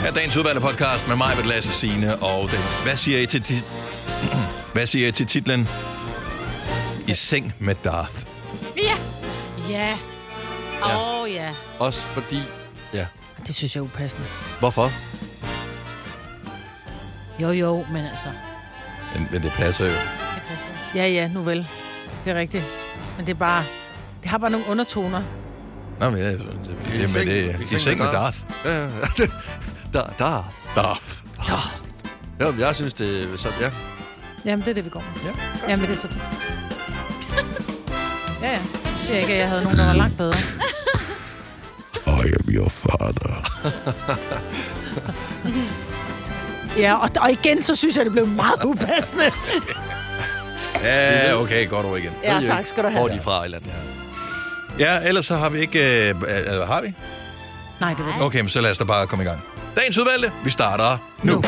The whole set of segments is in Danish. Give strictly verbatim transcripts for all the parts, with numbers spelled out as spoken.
er dagens udvalgte podcast med mig, med Lasse, Signe og Dennis. Hvad siger I til, ti- Hvad siger I til titlen I seng med Darth? Ja. Ja. Åh, oh, ja. Også fordi... Ja. Det synes jeg er upassende. Hvorfor? Jo, jo, men altså... Men, men det passer jo. Det passer. Ja, ja, nu vel. Det er rigtigt. Men det er bare... Det har bare nogle undertoner. Nå, men det, det, det, det, det, det I seng med Darth. Ja, ja. Darth. Darth. Darth. Darth. Ja, men jeg synes, det er så... Ja. Jamen, det er det, vi går med. Ja, Jamen, det er så fint. Ja, ja. Jeg siger ikke, at jeg havde nogen, der var langt bedre. I am your father. Ja, og, og igen, så synes jeg, det blev meget upassende. Ja, okay, godt over igen. Ja, tak skal du have. Hvor er de fra i landet? Ja, ellers så har vi ikke... Øh, eller har vi? Nej, det var det. Okay, men så lad os da bare komme i gang. Dagens udvalgte, vi starter nu. nu.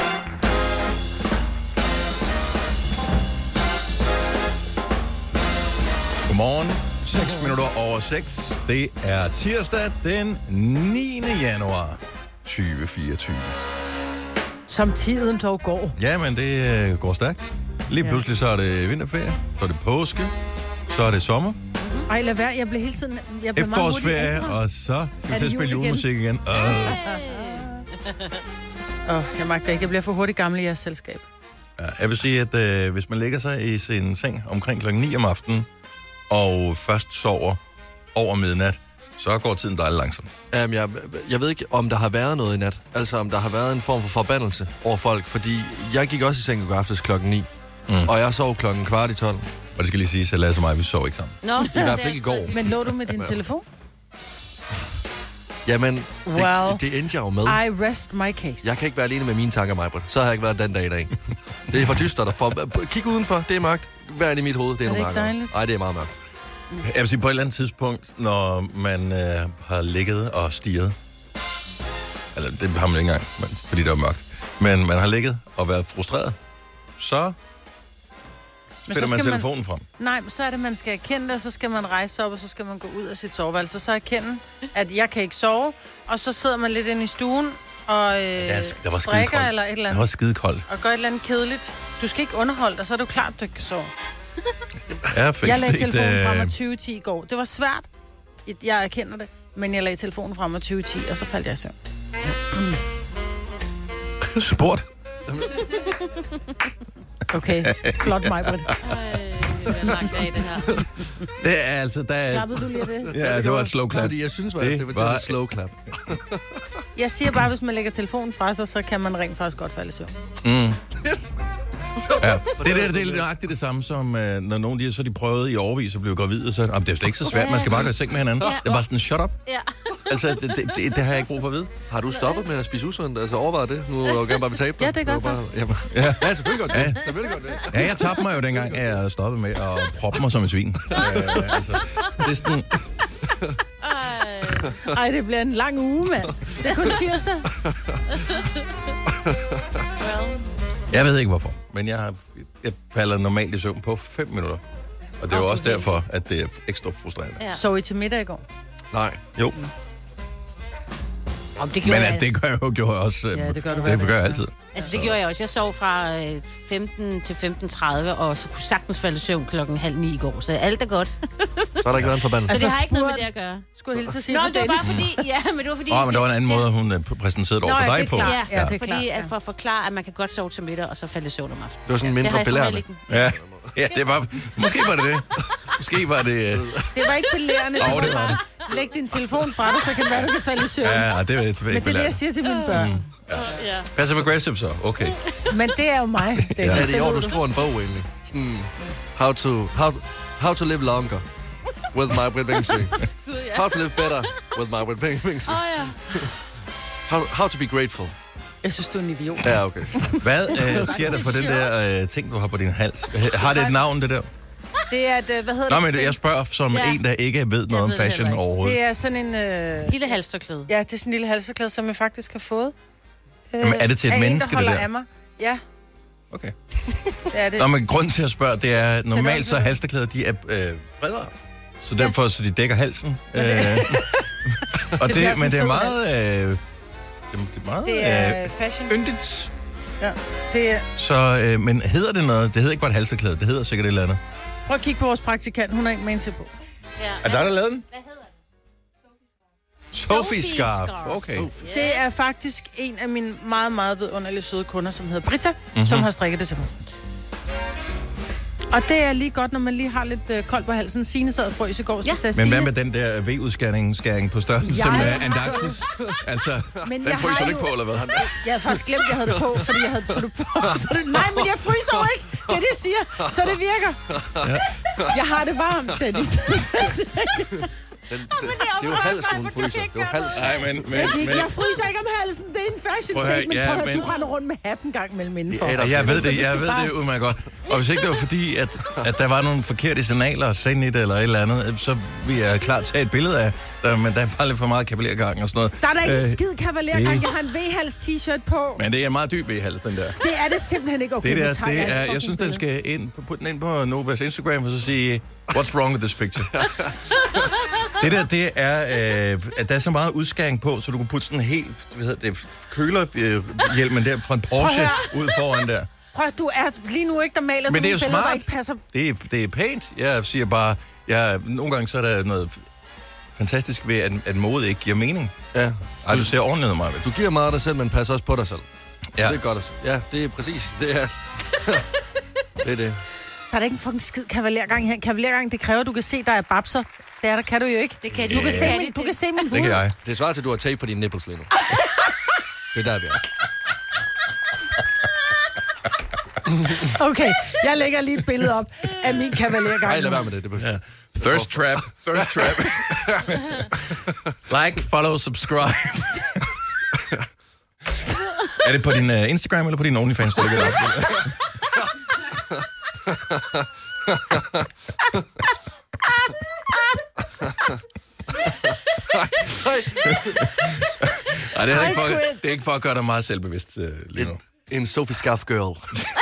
Godmorgen. seks minutter over seks. Det er tirsdag den niende januar tyve fireogtyve. Som tiden dog går. Jamen, det øh, går stærkt. Lige Ja. pludselig så er det vinterferie, så er det påske, så er det sommer, Ej, lad være. Jeg blev hele tiden... Jeg blev meget hurtigt efterårsferie, ældre. og så skal vi Er til at det spille jul julemusik igen. Uh. Åh, oh, jeg magter ikke. Jeg bliver for hurtigt gammel i jeres selskab. Ja, jeg vil sige, at øh, hvis man lægger sig i sin seng omkring klokken ni om aftenen, og først sover over midnat, så går tiden dejligt langsomt. Um, jeg, jeg ved ikke, om der har været noget i nat. Altså, om der har været en form for forbandelse over folk. Fordi jeg gik også i seng i går aftes klokken ni. Mm. Og jeg sov klokken kvart i tolv. Og det skal lige sige, at Lasse og mig, vi sov ikke sammen. Nå, I hvert fald ikke i går. Men lå du med din telefon? Jamen, Well, det, det endte jeg jo med. I rest my case. Jeg kan ikke være alene med mine tanker, Majbrit. Så har jeg ikke været den dag i dag. Det er for dystert. For... Kig udenfor, det er mørkt. Hvad er det i mit hoved? Det er, Er det nogle ikke mørkere. dejligt? Nej, det er meget mørkt. Jeg vil sige, på et eller andet tidspunkt, når man øh, har ligget og stirret, eller det har man ikke engang, men, fordi det er mørkt, men man har ligget og været frustreret, så finder man telefonen man... frem. Nej, så er det, man skal erkende det, og så skal man rejse op, og så skal man gå ud af sit soveværelse. Så erkende, at jeg kan ikke sove, og så sidder man lidt inde i stuen og øh, Ja, der var strikker skidekoldt. eller et eller Det andet, var skidekoldt. og gør et eller andet kedeligt. Du skal ikke underholde dig, så er du klar, at du ikke kan sove. Jeg, fik Jeg lagde set, telefonen frem øh, af tyve ti i går. Det var svært. Jeg erkender det. Men jeg lagde telefonen frem af tyve ti, og så faldt jeg i søvn. sport. Okay, flot mig, Britt. Ej, det er en lang dag, det her. Det er altså, der er... Klappede du lige af det? Ja, det var et slow clap. Fordi jeg synes, Det det, det var, var- var et slow clap. Jeg siger bare, hvis man lægger telefonen fra sig, så kan man rent faktisk godt falde i søvn. Mm. Ja. Det, der, det er nøjagtigt det samme som, øh, når nogen de, så de prøvede i overvis at blive gravide, så jamen, det er slet ikke så svært, man skal bare gå i seng med hinanden. Det er bare sådan, shut up. Ja. Altså, det, det, det, det har jeg ikke brug for at vide. Har du stoppet med at spise usundt? Altså overvejet det? Nu er jeg jo gerne bare betabe dig. Ja, det gør var bare, jamen, Ja. ja, selvfølgelig godt det. Ja. Selvfølgelig godt det. Ja, jeg tabte mig jo dengang, at jeg stoppede med at proppe mig som et svin. Øh, altså, det er sådan, Ej. Ej, det bliver en lang uge, mand. Det er kun tirsdag. Well. jeg ved ikke hvorfor, men jeg, har, jeg falder normalt i søvn på fem minutter. Og det er jo Åh, også du vil. derfor, at det er ekstra frustrerende. Ja. Sov I til middag i går? Nej. Jo, Om det gjorde men jeg altså, det gør jeg jo gjorde jeg også. øh, Ja, det gør du hver Det dag. gør jeg altid. Altså, det gjorde jeg også. Jeg sov fra øh, femten til femten tredive, og så kunne sagtens falde i søvn klokken halv ni i går. Så alt er godt. Så Så har der ikke været en forbandelse. det Altså, har ikke noget med spurgt- det at gøre. Skulle jeg hilse at sige Nå, for det var bare Dennis? fordi... Ja, men det var fordi... Åh, oh, men der var en anden måde, hun øh, præsenterede over Nå, for ja, dig det er på. klart. Ja, Ja, det er fordi klart, at ja. for at forklare, at man kan godt sove til middag, og så falde i søvn om aftenen. Det var sådan Det mindre har jeg som regel belærende. ikke. Ja, ja, det var... Måske var det det. Måske var det... øh, Det var ikke belærende. Åh, det det var var bare, læg din telefon fra dig, så kan det være, du kan falde i søvn. Ja, det er ikke Men det er det, jeg siger til mine børn. Ja. Passive aggressive så, okay. Men det er jo mig. Det Ja, det er i år, ved du du. skriver en bog egentlig. Sådan, how to, how, how to live longer with my Britt Vingsø. How to live better with my Britt Vingsø. Åh, ja. How, how to be grateful. Jeg synes, du er en idiot. Ja, okay. Hvad øh, sker der for den der øh, ting, du har på din hals? Har det et navn, det der? Det er et, øh, hvad hedder Nå, det? men jeg spørger som Ja. en, der ikke ved noget om ved det fashion heller ikke. overhovedet. Det er sådan en... Øh... Lille halsterklæde. Ja, det er sådan en lille halserklæde, som jeg faktisk har fået. Øh, Jamen, er det til et af menneske, en, der det holder der? af mig. Ja, Okay. det er det. Nå, men grund til at spørge, det er, normalt også så ved- halsterklæder, de er øh, bredere. Så derfor, så de dækker halsen. Øh, og bliver det, sådan men det er en fed meget... Øh, Det, det er meget Det er øh, fashion. yndigt. Ja, det er... Så, øh, men hedder det noget? Det hedder ikke bare et halsterklæde, det hedder sikkert et eller andet. Prøv at kigge på vores praktikant, hun er ikke med en til på. Ja. Er der, der lavet den? Hvad hedder det? Sophie Sophie Scarf. Scarf. Okay. Yes. Det er faktisk en af mine meget, meget vidunderlige søde kunder, som hedder Britta, Mhm. mm-hmm. som har strikket det til mig. Og det er lige godt, når man lige har lidt øh, koldt på halsen. Signe sad og frøs i går, så Ja. Men sagde Signe... hvad med den der V-udskæring skæring på størrelse Jeg- med Antarktis? Altså, Men den jeg fryser har du ikke jo- på, eller hvad? Jeg havde faktisk glemt, at jeg havde det på, fordi jeg havde taget det på. Nej, men jeg fryser jo ikke. Det er det, jeg siger. Så det virker. Ja. Jeg har det varmt, Dennis. Den, det, det, det er jo halsen, hun fryser. Det er jo halsen. Nej, men... men, Jeg, men jeg fryser ikke om halsen. Det er en fashion Prøv at høre, statement. ja, Prøv at høre, men- du render rundt med hatten gang mellem indenfor. Ja, ja, jeg ved Så det, du jeg skal ved bare- det udmærket godt. Og hvis ikke det var fordi, at, at der var nogle forkerte signaler at sende i det, eller et eller andet, så vil jeg klart tage et billede af, der, men der er bare lidt for meget kavalergang og sådan noget. Der er da ikke en Øh, skid kavalergang. det- Jeg har en V-hals t-shirt på. Men det er en meget dyb V-hals, den der. Det er det simpelthen ikke. Okay, Det nu der, tager det et er, jeg fucking synes, den billede. skal ind, putte den ind på Novas Instagram, og så sige, what's wrong with this picture? Det der, det er, øh, at der er så meget udskæring på, så du kan putte sådan en helt, hvad hedder det, kølerhjelmen der fra en Porsche høre. ud foran der. Prøv at du er lige nu ikke, der maler Men du det er jo nogle billeder, der smart. ikke passer. Det er, det er pænt. Jeg siger bare, jeg, nogle gange så er der noget fantastisk ved, at, at mode ikke giver mening. Ja. Ej, du ser ordentligt ud, Marvind. Du giver meget af dig selv, men passer også på dig selv. Ja. Ja. Det er godt at se. Ja, det er præcis. Det er det. Er det. Der er da ikke en fucking skid kavalergang her. Kavalergang, det kræver, at du kan se, der er babser. Det er der, kan du jo ikke. Det kan de Du kan, ikke. se Ja, min, det- du kan se min hud. Det kan jeg. Det svarer til, at du har tape for dine nipples lige nu. Det er der, vi er. Okay, jeg lægger lige et billede op af min kavalergang. Nej, lad være med det. Det behøver Ja. Thirst trap. Thirst trap. Like, follow, subscribe. Er det på din uh, Instagram eller på din OnlyFans, du lægger det op? Ej, det er, ikke for, det er ikke for at gøre dig meget selvbevidst uh, lige nu. En, en Sophie Scarf girl.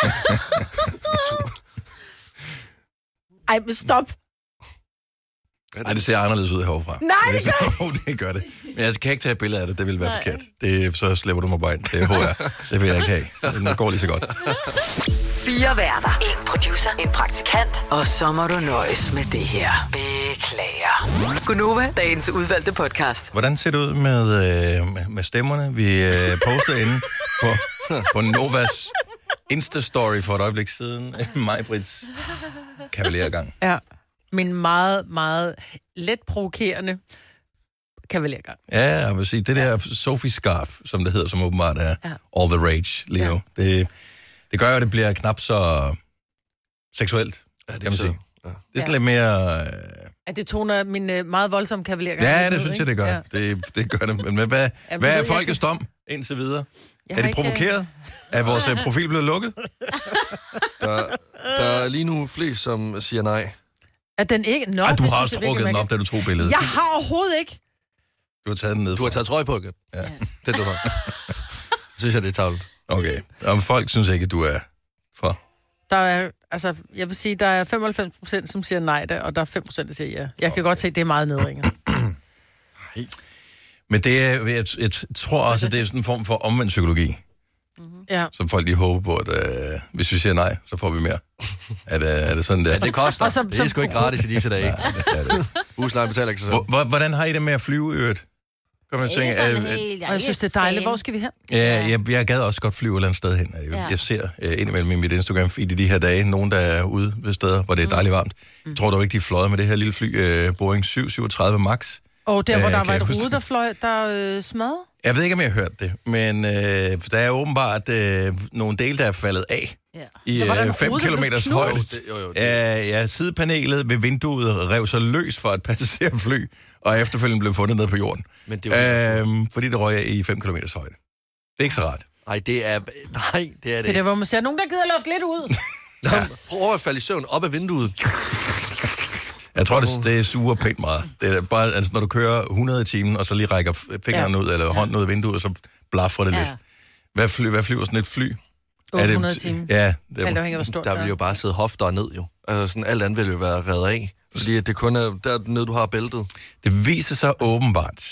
Ej, men stop. Ej, det ser anderledes ud herfra. Nej, det gør det. det gør det. Men jeg kan ikke tage et billede af det, det vil være Nej. forkert. Det, så slipper du mig bare ind. Det er H R. Det vil jeg ikke have. Den går lige så godt. Fire værter. En producer. En praktikant. Og så må du nøjes med det her. Beklager. Gunova, dagens udvalgte podcast. Hvordan ser det ud med, øh, med- med stemmerne? Vi øh, postede inde på, på Novas Insta-story for et øjeblik siden. Maj-Brits kavalergang. Ja, min meget, meget let provokerende kavalergang. Ja, jeg vil sige, det der Sophie Scarf, som det hedder, som åbenbart er Ja. all the rage lige nu, det, det gør jo, at det bliver knap så seksuelt, Ja, kan man sige. Ja. Det er sådan lidt mere... Øh, At det toner min øh, meget voldsomme kavalergang. ja, lidt det ned, synes jeg, ikke? det gør. Ja. Det, det gør det. Men hvad, Jamen, hvad ved er jeg folkets ikke. dom indtil videre? Jeg Er har det ikke, øh, provokeret? Er vores øh, profil blevet lukket? Der, der er lige nu flest, som siger nej. At den ikke... Nå, Ej, du det har synes også jeg virkelig, trukket den man op, da du tog kan- billedet. Jeg har overhovedet ikke. Du har taget den ned. Du har taget trøje på igen. Ja. Det du har. Synes jeg, det er tavlet. Okay. Om folk synes ikke, at du er for... Der er, altså, jeg vil sige, der er femoghalvfems procent, som siger nej, der, og der er fem procent, der siger ja. Jeg kan godt se, at det er meget nedringer. Men det er, jeg, jeg tror også, at det er sådan en form for omvendt psykologi, Ja. som folk lige håber på, at øh, hvis vi siger nej, så får vi mere. Er det, er det sådan der? Ja, det koster. Og så- det er så- sgu ikke gratis i disse dage. Ja, det er det. Huslejen betaler ikke sig selv. Hvor- hvor- Hvordan har I det med at flyve i øvrigt? Kan man Ikke tænke, sådan at- at- helt. Og jeg synes, det er dejligt. Hvor skal vi hen? Ja, jeg, jeg gad også godt flyve et eller andet sted hen. Jeg, Ja. jeg ser uh, indimellem i mit Instagram-feed i de her dage, nogen, der er ude ved steder, hvor det er dejligt varmt. Jeg tror dog ikke, de fløjet med det her lille fly, uh, Boeing syv syvogtredive Max. Og der, hvor Ja, der kan var jeg et huske rude, det. der fløj, der øh, smadrede. Jeg ved ikke, om jeg har hørt det, men uh, der er åbenbart uh, nogle dele, der er faldet af Ja. i Der var der en uh, fem rude, der blev kilometers knust. højde. Det, jo, jo, det, Ja, ja, sidepanelet ved vinduet rev sig løs for et passagerfly, og efterfølgende blev fundet ned på jorden. men det er jo Øhm, fordi det røg i fem kilometers højde. Det er ikke så rart. Nej, det er... Nej, det er det Det er ikke. der, hvor man siger, nogen, der gider lufte lidt ud. Ja. Prøv at falde i søvn op ad vinduet. Jeg tror, det, det suger pænt meget. Det er bare, altså, når du kører hundrede i timen, og så lige rækker fingeren Ja. ud, eller hånden ud af vinduet, så blaffer det Ja. lidt. Hvad, fly, hvad flyver sådan et fly? otte hundrede timer. Ja, det Alt er, afhængig af, hvor stort Der det vil er. jo bare sidde hofter ned, jo. Altså, sådan alt andet vil jo være reddet af. Fordi at det kun er dernede, du har bæltet. det viser sig åbenbart,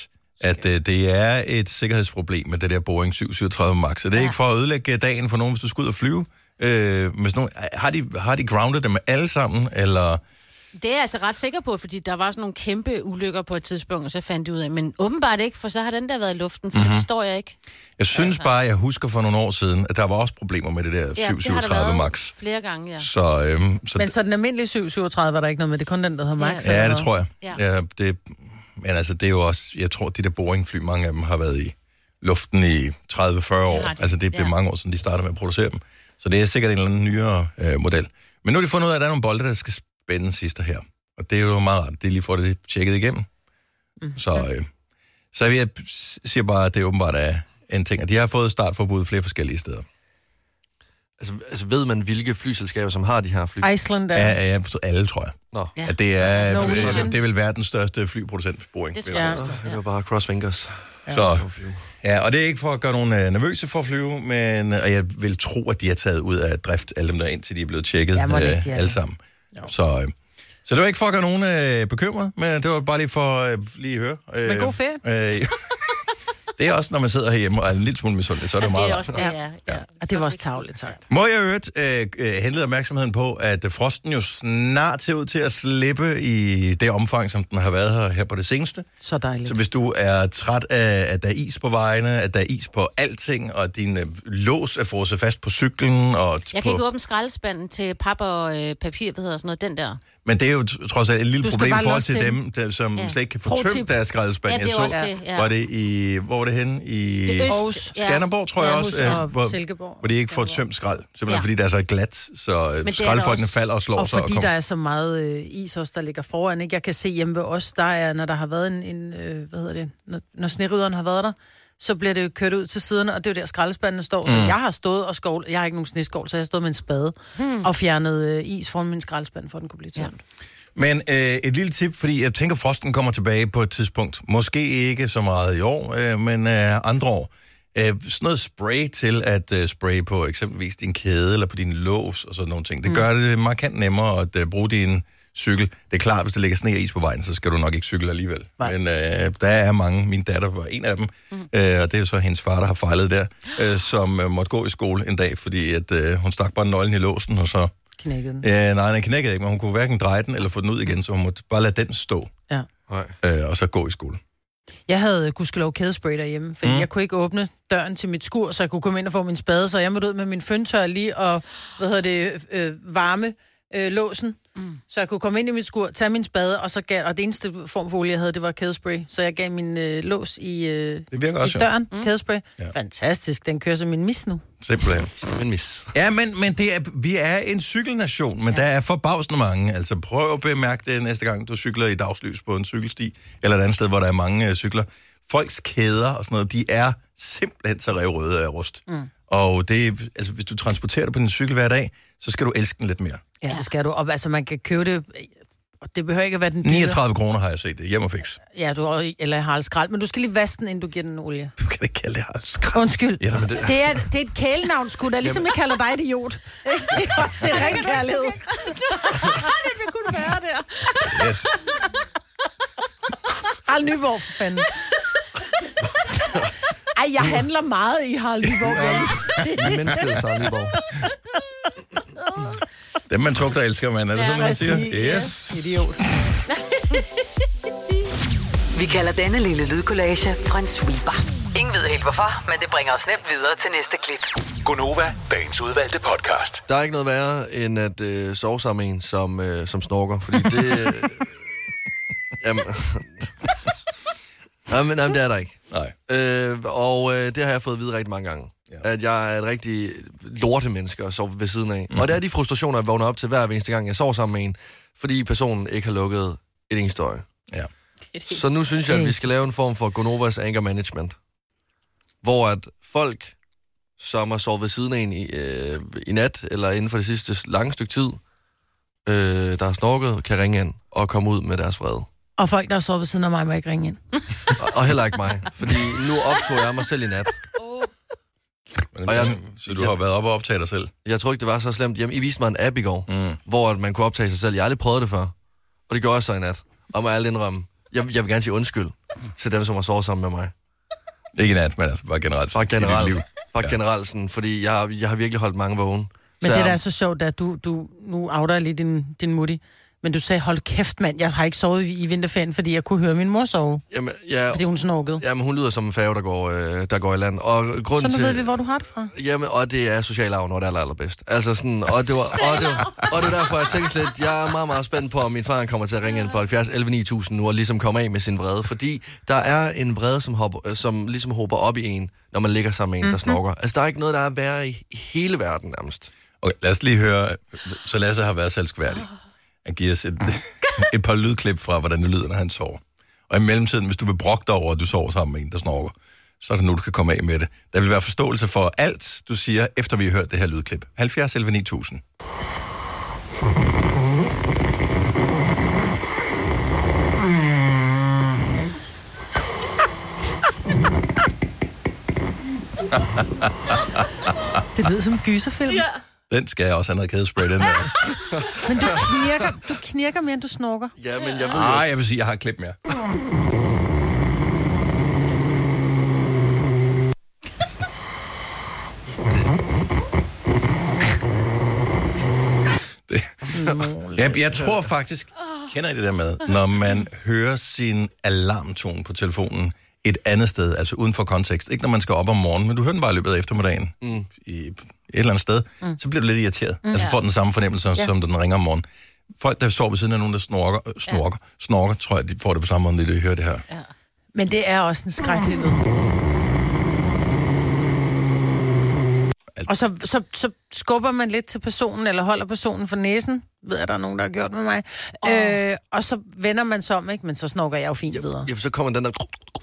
at øh, det er et sikkerhedsproblem med det der Boeing syv syv tre max. Så det er ja. ikke for at ødelægge dagen for nogen, hvis du skal ud og flyve. Øh, hvis nogen, har, de, har de grounded dem alle sammen, eller... Det er jeg altså ret sikker på, fordi der var sådan nogle kæmpe ulykker på et tidspunkt, og så fandt de ud af, men åbenbart ikke, for så har den der været i luften, for mm-hmm. det forstår jeg ikke. Jeg synes bare, jeg husker for nogle år siden, at der var også problemer med det der syv syv tre max. Flere gange, ja. Så, øhm, så men så den almindelige syv syv tre var der ikke noget med, det er kun den, der hedder max? Ja, ja det tror jeg. Ja. Ja, det, men altså, det er jo også, jeg tror, de der Boeing-fly, mange af dem har været i luften i tredive til fyrre år. Altså, det er ja. mange år siden, de startede med at producere dem. Så det er sikkert en eller anden nyere øh, model. Men nu har de fundet ud af, at der er nogle bolde, der skal spænde sidste her. Og det er jo meget rart. Det er lige for det tjekket igennem. Mm. Så, øh, så jeg siger bare, at det åbenbart er en ting. At de har fået startforbud flere forskellige steder. Altså, altså ved man, hvilke flyselskaber, som har de her fly? Iceland er... Ja, ja, alle, tror jeg. Nå. Ja. At det er, Norwegian. Det er vel verdens største flyproducent, Boeing. Det tror jeg. Ja. Det var bare cross fingers. Ja. Så, ja, og det er ikke for at gøre nogen uh, nervøse for at flyve, men og jeg vil tro, at de har taget ud af drift alle dem der, indtil de er blevet tjekket ja, uh, ikke, ja. alle sammen. Så, uh, så det var ikke for at gøre nogen uh, bekymret, men det var bare lige for uh, lige at høre. Uh, men god ferie. Uh, det er også, når man sidder herhjemme og er en lille smule misundelig, så er det ja, meget det er også det, ja. ja. Og det var også tarveligt sagt. Må jeg øvrigt øh, henlede opmærksomheden på, at frosten jo snart ser ud til at slippe i det omfang, som den har været her, her på det seneste. Så dejligt. Så hvis du er træt af, at der er is på vejene, at der er is på alting, og din øh, lås er frosset fast på cyklen... Og t- jeg kan på... ikke åbne skraldespanden til pap og øh, papir, hvad hedder sådan noget, den der. Men det er jo trods alt et lille problem i forhold til dem, der, som ja. slet ikke kan få tømt deres skraldespand. Ja, det er jeg også så, det, ja. var det i, hvor var det henne? I Aarhus. Skanderborg, tror jeg ja, også. Og hvor, Silkeborg. hvor de ikke får tømt skrald. Simpelthen ja. fordi det er så glat, så skraldfolkene også... falder og slår og sig. Og fordi der er så meget øh, is også, der ligger foran. Ikke? Jeg kan se hjemme ved os, der er, når der har været en, en øh, hvad hedder det, når, når snerydderen har været der, så bliver det jo kørt ud til siderne, og det er jo der skraldespandene står. Så mm. jeg har stået og skovl, jeg har ikke nogen sneskål, så jeg har stået med en spade hmm. og fjernet øh, is foran min skraldespand, for at den kunne blive tømt. Ja. Men øh, et lille tip, fordi jeg tænker, frosten kommer tilbage på et tidspunkt. Måske ikke så meget i år, øh, men øh, andre år. Øh, sådan noget spray til at øh, spraye på eksempelvis din kæde eller på din lås og sådan nogle ting. Det mm. gør det markant nemmere at øh, bruge din cykel. Det er klart, hvis der ligger sne og is på vejen, så skal du nok ikke cykle alligevel. Nej. Men øh, der er mange. Min datter var en af dem, mm. øh, og det er jo så hendes far, der har fejlet der, øh, som øh, måtte gå i skole en dag, fordi at, øh, hun stak bare nøglen i låsen, og så... Knækkede den. Ja, nej, den knækkede ikke, men hun kunne hverken dreje den eller få den ud igen, så hun måtte bare lade den stå. Ja. Øh, og så gå i skole. Jeg havde gudskelov kædespray derhjemme, fordi mm. jeg kunne ikke åbne døren til mit skur, så jeg kunne komme ind og få min spade, så jeg måtte ud med min føntør lige og, hvad hedder det, øh, varme øh, låsen, mm. så jeg kunne komme ind i mit skur, tage min spade, og så gav, og det eneste form for olie, jeg havde, det var kædespray, så jeg gav min øh, lås i, øh, det virker også, i døren, mm. kædespray. Ja. Fantastisk, den kører som en mis nu. Simpelthen. Som en mis. Ja, men, men det er, vi er en cykelnation, men ja. der er forbavsende mange. Altså prøv at bemærke det næste gang, du cykler i dagslys på en cykelsti, eller et andet sted, hvor der er mange øh, cykler. Folks kæder og sådan noget, de er simpelthen så revrøde af rust. Mm. Og det, altså, hvis du transporterer det på din cykel hver dag, så skal du elske den lidt mere. Ja, det skal du. Og altså, man kan købe det... Det behøver ikke at være den dyre. niogtredive kroner har jeg set det. Hjem og fix. Ja, du, eller Harald Skrald. Men du skal lige vaske den, inden du giver den olie. Du kan ikke kalde det Harald Skrald. Undskyld. Ja, men det... Det, er, det er et kælenavn, sgu da. Ligesom jeg kalder dig idiot. Det er også det er ren kærlighed. Det vil kunne være der. Yes. Harald Nyborg, for fanden. Ej, jeg handler meget i Harald Nyborg. Ja, mennesket Harald Nyborg. Dem man tugter elsker man, er det ja, sådan, man siger? Yes. Idiot. Vi kalder denne lille lydkollage en sweeper. Ingen ved helt hvorfor, men det bringer os nemt videre til næste klip. Gonova, dagens udvalgte podcast. Der er ikke noget værre, end at øh, sove sammen med en, som, øh, som snorker, fordi det... Øh, jamen... jamen, jamen, det er der ikke. Nej. Øh, og øh, det har jeg fået at vide rigtig mange gange. Ja. At jeg er et rigtig lortemenneske at sove ved siden af. Mm-hmm. Og det er de frustrationer, jeg vågner op til hver eneste gang, jeg sover sammen med en, fordi personen ikke har lukket et eneste øje. Ja. Så nu synes jeg, at vi skal lave en form for Gonovas anger management. Hvor at folk, som har sovet ved siden af en i, øh, i nat, eller inden for det sidste lange stykke tid, øh, der har snorket, kan ringe ind og komme ud med deres vrede. Og folk, der har sovet ved siden af mig, må ikke ringe ind. og, og heller ikke mig, fordi nu optog jeg mig selv i nat. Men, og jeg, så du har været op og optaget dig selv? Jeg tror ikke, det var så slemt. Jamen, I viste mig en app i går, mm. hvor man kunne optage sig selv. Jeg har aldrig prøvet det før. Og det gjorde jeg så i nat. Og må jeg aldrig indrømme, Jeg, jeg vil gerne sige undskyld til dem, som har sovet sammen med mig. Ikke nat, men altså bare generelt. Bare generelt. Liv. Bare ja. generelt sådan, fordi jeg, jeg har virkelig holdt mange vågen. Men så det, jeg, der er så sjovt, at du, du nu outer jeg lige din, din mutti. Men du sagde, hold kæft, mand, jeg har ikke sovet i, i vinterferien, fordi jeg kunne høre min mor sove. Jamen, ja, fordi hun snorkede. Jamen, hun lyder som en færge, der går, øh, der går i land. Og grunden så nu til, ved vi, hvor du har det fra. Jamen, og det er social arv, når det er aller, allerbedst. Altså sådan, og det var, og det var, og det er derfor, jeg tænkte lidt, jeg er meget, meget spændt på, om min far kommer til at ringe ind på halvfjerds elleve ni tusind nu, og ligesom komme af med sin vrede. Fordi der er en vrede, som, hopper, som ligesom hopper op i en, når man ligger sammen med en, der mm-hmm. snorker. Altså, der er ikke noget, der er værre i, i hele verden nærmest. Okay, lad os lige høre, så Lasse har været selvskværdig. Han giver os et, et par lydklip fra, hvordan det lyder, når han sover. Og i mellemtiden, hvis du vil brokke dig over, at du sover sammen med en, der snorker, så er det nu, du kan komme af med det. Der vil være forståelse for alt, du siger, efter vi har hørt det her lydklip. halvfjerds elleve ni tusind. Det lyder som en gyserfilm. Ja. Den skal jeg også have noget kædespray, den der. Men du knirker, du knirker mere, end du snorker. Ja, men jeg ved Nej, jeg vil sige, jeg har et klip mere. det. Jeg, jeg tror faktisk, kender I det der med, når man hører sin alarmtone på telefonen et andet sted, altså uden for kontekst. Ikke når man skal op om morgenen, men du hører den bare i løbet af eftermiddagen mm. i et eller andet sted, mm. så bliver du lidt irriteret. Mm. Altså får den samme fornemmelse, ja. som da den ringer om morgenen. Folk, der sover ved siden af nogen, der snorker, øh, snorker, ja. snorker, tror jeg, de får det på samme måde, når de hører det her. Ja. Men det er også en skrækkelig lyd. Og så, så, så skubber man lidt til personen, eller holder personen for næsen. Ved jeg, der er nogen, der har gjort med mig. Oh. Øh, og så vender man sig om, ikke? Men så snorker jeg jo fint ja, videre. Ja, så kommer den der...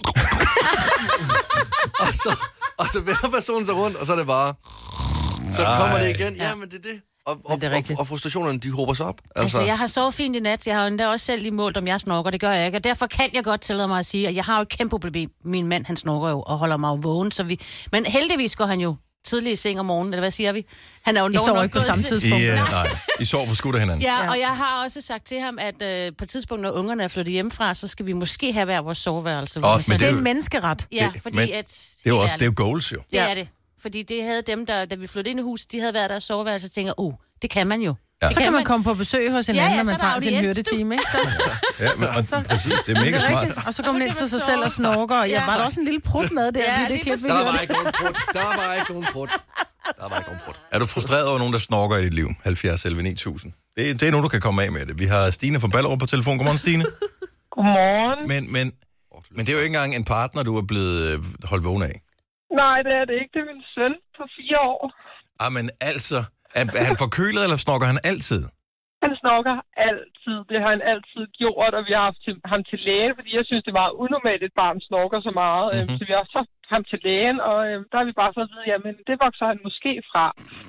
og, så, og så vender personen sig rundt, og så er det bare... Så Ej. kommer det igen. Ja, men det er det. Og, og, det er og, og frustrationerne, de håber sig op. Altså. altså, jeg har sovet fint i nat. Jeg har endda også selv lige målt, om jeg snorker. Det gør jeg ikke. Og derfor kan jeg godt tillade mig at sige, at jeg har jo et kæmpe problem. Min mand, han snorker jo og holder mig jo vågen. Så vi... Men heldigvis går han jo tidlig i seng om morgenen, eller hvad siger vi? Han er jo I sover ikke på samme tidspunkt. I, uh, nej, I sover på skudt af hinanden. Ja, ja, og jeg har også sagt til ham, at uh, på et tidspunkt, når ungerne er flyttet hjemmefra, så skal vi måske have hver vores soveværelse. Oh, men det, det er en menneskeret. Ja, det, fordi men, at... Det er jo også, det er jo goals, jo. Det ja. er det. Fordi det havde dem, der, da vi flyttede ind i huset, de havde været der soveværelse, og tænker, oh, det kan man jo. Ja. Så kan, kan man komme på besøg hos hinanden, ja, ja, når man tager sin hyrdetime, ikke? Så... Ja, men og, så, præcis, det er mega det er smart. Rigtigt. Og så går man ind til sig selv og snorker, og ja, var der også en lille prut med der? Ja, det klip, der var ikke nogen prut. Der var ikke nogen prut. Der var ikke nogen prut. Er du frustreret over nogen, der snorker i dit liv? halvfjerds elleve ni tusind. Det, det er nu, du kan komme af med det. Vi har Stine fra Ballerup på telefon. Godmorgen, Stine. Godmorgen. Men, men, men det er jo ikke engang en partner, du er blevet holdt vågen af. Nej, det er det ikke. Det er min søn på fire år. Ah, men altså... Er, er han forkølet, eller snorker han altid? Han snorker altid. Det har han altid gjort, og vi har haft til, ham til lægen, fordi jeg synes, det er meget unormalt, at et barn snorker så meget. Mm-hmm. Så vi har så ham til lægen, og øh, der har vi bare fået at vide, jamen det vokser han måske fra.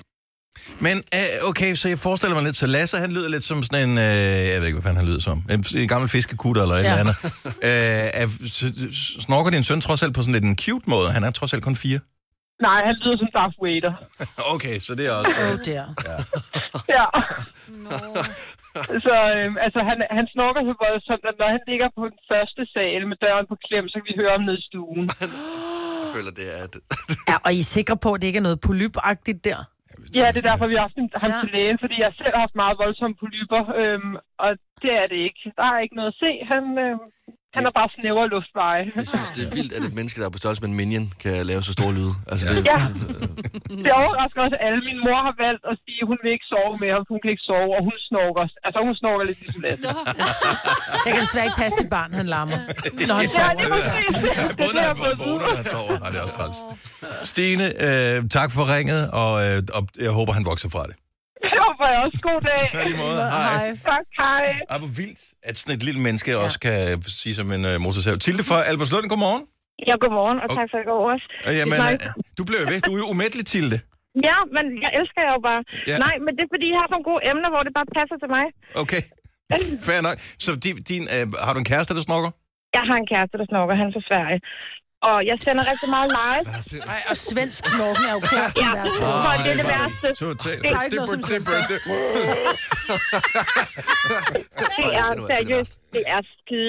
Men okay, så jeg forestiller mig lidt, så Lasse, han lyder lidt som sådan en, øh, jeg ved ikke, hvad fanden han lyder som, en, en gammel fiskekutter eller et ja. eller andet. Øh, er, snorker din søn trods alt på sådan lidt en cute måde? Han er trods alt kun fire. Nej, han lyder som Darth Vader. Okay, så det er også... Oh, der. Ja. ja. No. Så øhm, altså, han, han snorker så voldsomt, at når han ligger på den første sal med døren på klem, så kan vi høre ham ned i stuen. Jeg føler, det er... Ja, og I er sikre på, at det ikke er noget polypagtigt der? Ja, det er derfor, vi har haft ham ja. til lægen, fordi jeg selv har haft meget voldsomme polyper, øhm, og det er det ikke. Der er ikke noget at se. Han... Øhm, Han er bare snævre luftveje. Jeg synes, det er vildt, at et menneske, der er på størrelse med en minion, kan lave så store lyde. Altså, det, ja, det overrasker også alle. Min mor har valgt at sige, at hun vil ikke sove med ham, hun kan ikke sove, og hun snorker. Altså, hun snorker lidt ligesom lidt. Det kan desværre ikke passe til barnet, han larmer, når han sover. Ja, det er præcis. Både når han vågner, når han sover. Nej, det er også træls. Stine, øh, tak for ringet, og, øh, og jeg håber, han vokser fra det. Det håber jeg også. God dag. Ja, lige måde. Hej. Tak, hej. Ah, hvor vildt, at sådan et lille menneske ja. også kan sige som en uh, motorsav. Tilde fra Albertslund, godmorgen. Ja, godmorgen, og tak for at gå over os. Jamen, du blev væk. Du er jo umættelig, Tilde. Ja, men jeg elsker jer jo bare. Ja. Nej, men det er fordi, I har nogle gode emner, hvor det bare passer til mig. Okay, fair nok. Så din, din, øh, har du en kæreste, der snorker? Jeg har en kæreste, der snorker. Han er fra Sverige. Og jeg sender rigtig meget live. Ej, og svensk snorken er jo klart det værste. Ja, for det er det værste. Det er ikke noget som svensker. Det er seriøst. Det er slemt.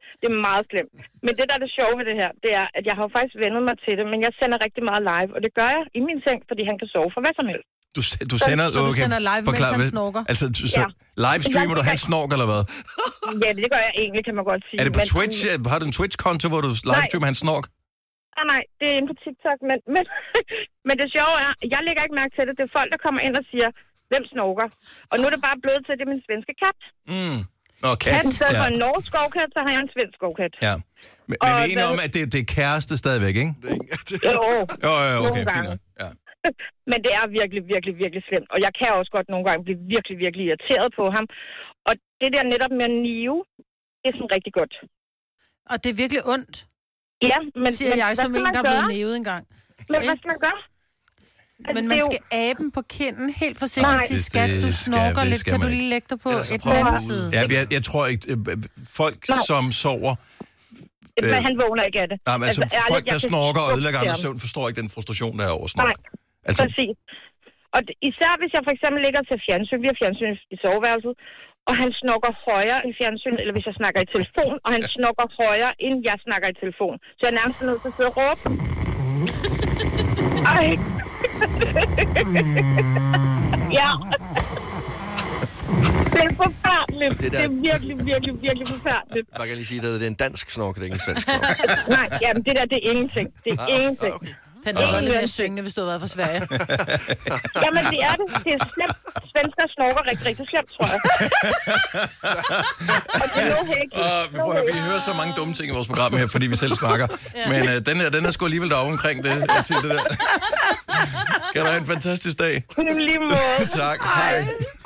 Det er meget slemt. Men det, der er det sjove ved det her, det er, at jeg har jo faktisk vendet mig til det, men jeg sender rigtig meget live, og det gør jeg i min seng, fordi han kan sove for hvad som helst. Du, du sender, så du okay, sender live, forklar, mens han snorker? Altså, så Ja. livestreamer du hans snork, eller hvad? Ja, det gør jeg egentlig, kan man godt sige. Er det på men, Twitch? Har du en Twitch-konto, hvor du livestreamer hans snork? Nej, nej, det er inde på TikTok, men, men, men det sjove er, jeg lægger ikke mærke til det. Det er folk, der kommer ind og siger, hvem snorker? Og nu er det bare blevet til, at det er min svenske kat. Mm. Nå, kat. I stedet Ja. for en norsk skovkat, så har jeg en svensk skovkat. Ja. Men, men vi er enige hvad- om, at det, det er kæreste stadigvæk, ikke? Jo, Jo, jo, okay, Nogle fint gange. nok. Ja. men det er virkelig, virkelig, virkelig slemt. Og jeg kan også godt nogle gange blive virkelig, virkelig irriteret på ham. Og det der netop med at nive, det er sådan rigtig godt. Og det er virkelig ondt, Ja, men, siger men jeg hvad som skal en, man der er blevet gøre? nævet engang. Men hvad skal man gøre? Altså, Men det man er jo- skal aben på kinden helt forsigtigt Nej. og sige, Det- skat, det du skal- snorker det lidt, skal kan man du ikke. lige lægge dig på Ellers så et prøver andet du- side? Ja, jeg, jeg tror ikke... øh, Folk, Nej. som sover... Men han vågner ikke af det. Nej, men altså, ærligt, folk, jeg der kan snorker og skubbe ødelægger til andres ham. søvn, forstår ikke den frustration, der er over snork. Nej, Altså, præcis. Og det, især hvis jeg for eksempel ligger til fjernsyn, vi har fjernsyn i soveværelset, og han snokker højere end fjernsyn, eller hvis jeg snakker i telefon, og han snokker højere, end jeg snakker i telefon. Så jeg er nærmest nødt til at sidde og råbe. Ej. Ja. Det er forfærdeligt. Det Det, der- det er virkelig, virkelig, virkelig forfærdeligt. Jeg kan lige sige, at det er en dansk snork, det er ikke en svensk snork. Nej, jamen det der, det er ingenting. Det er ingenting. Okay. Den er godt lidt mere syngende, hvis du har været fra Sverige. Jamen det er det. Det er slemt. Svensker snorker rigtig, rigtig slemt, tror jeg. Og det er no hate. Og vi, prøver, vi hører så mange dumme ting i vores program her, fordi vi selv snakker. Men øh, den her, den er sgu alligevel derovre omkring det, til det der. Kan du have en fantastisk dag? I lige måde. Tak. Hej.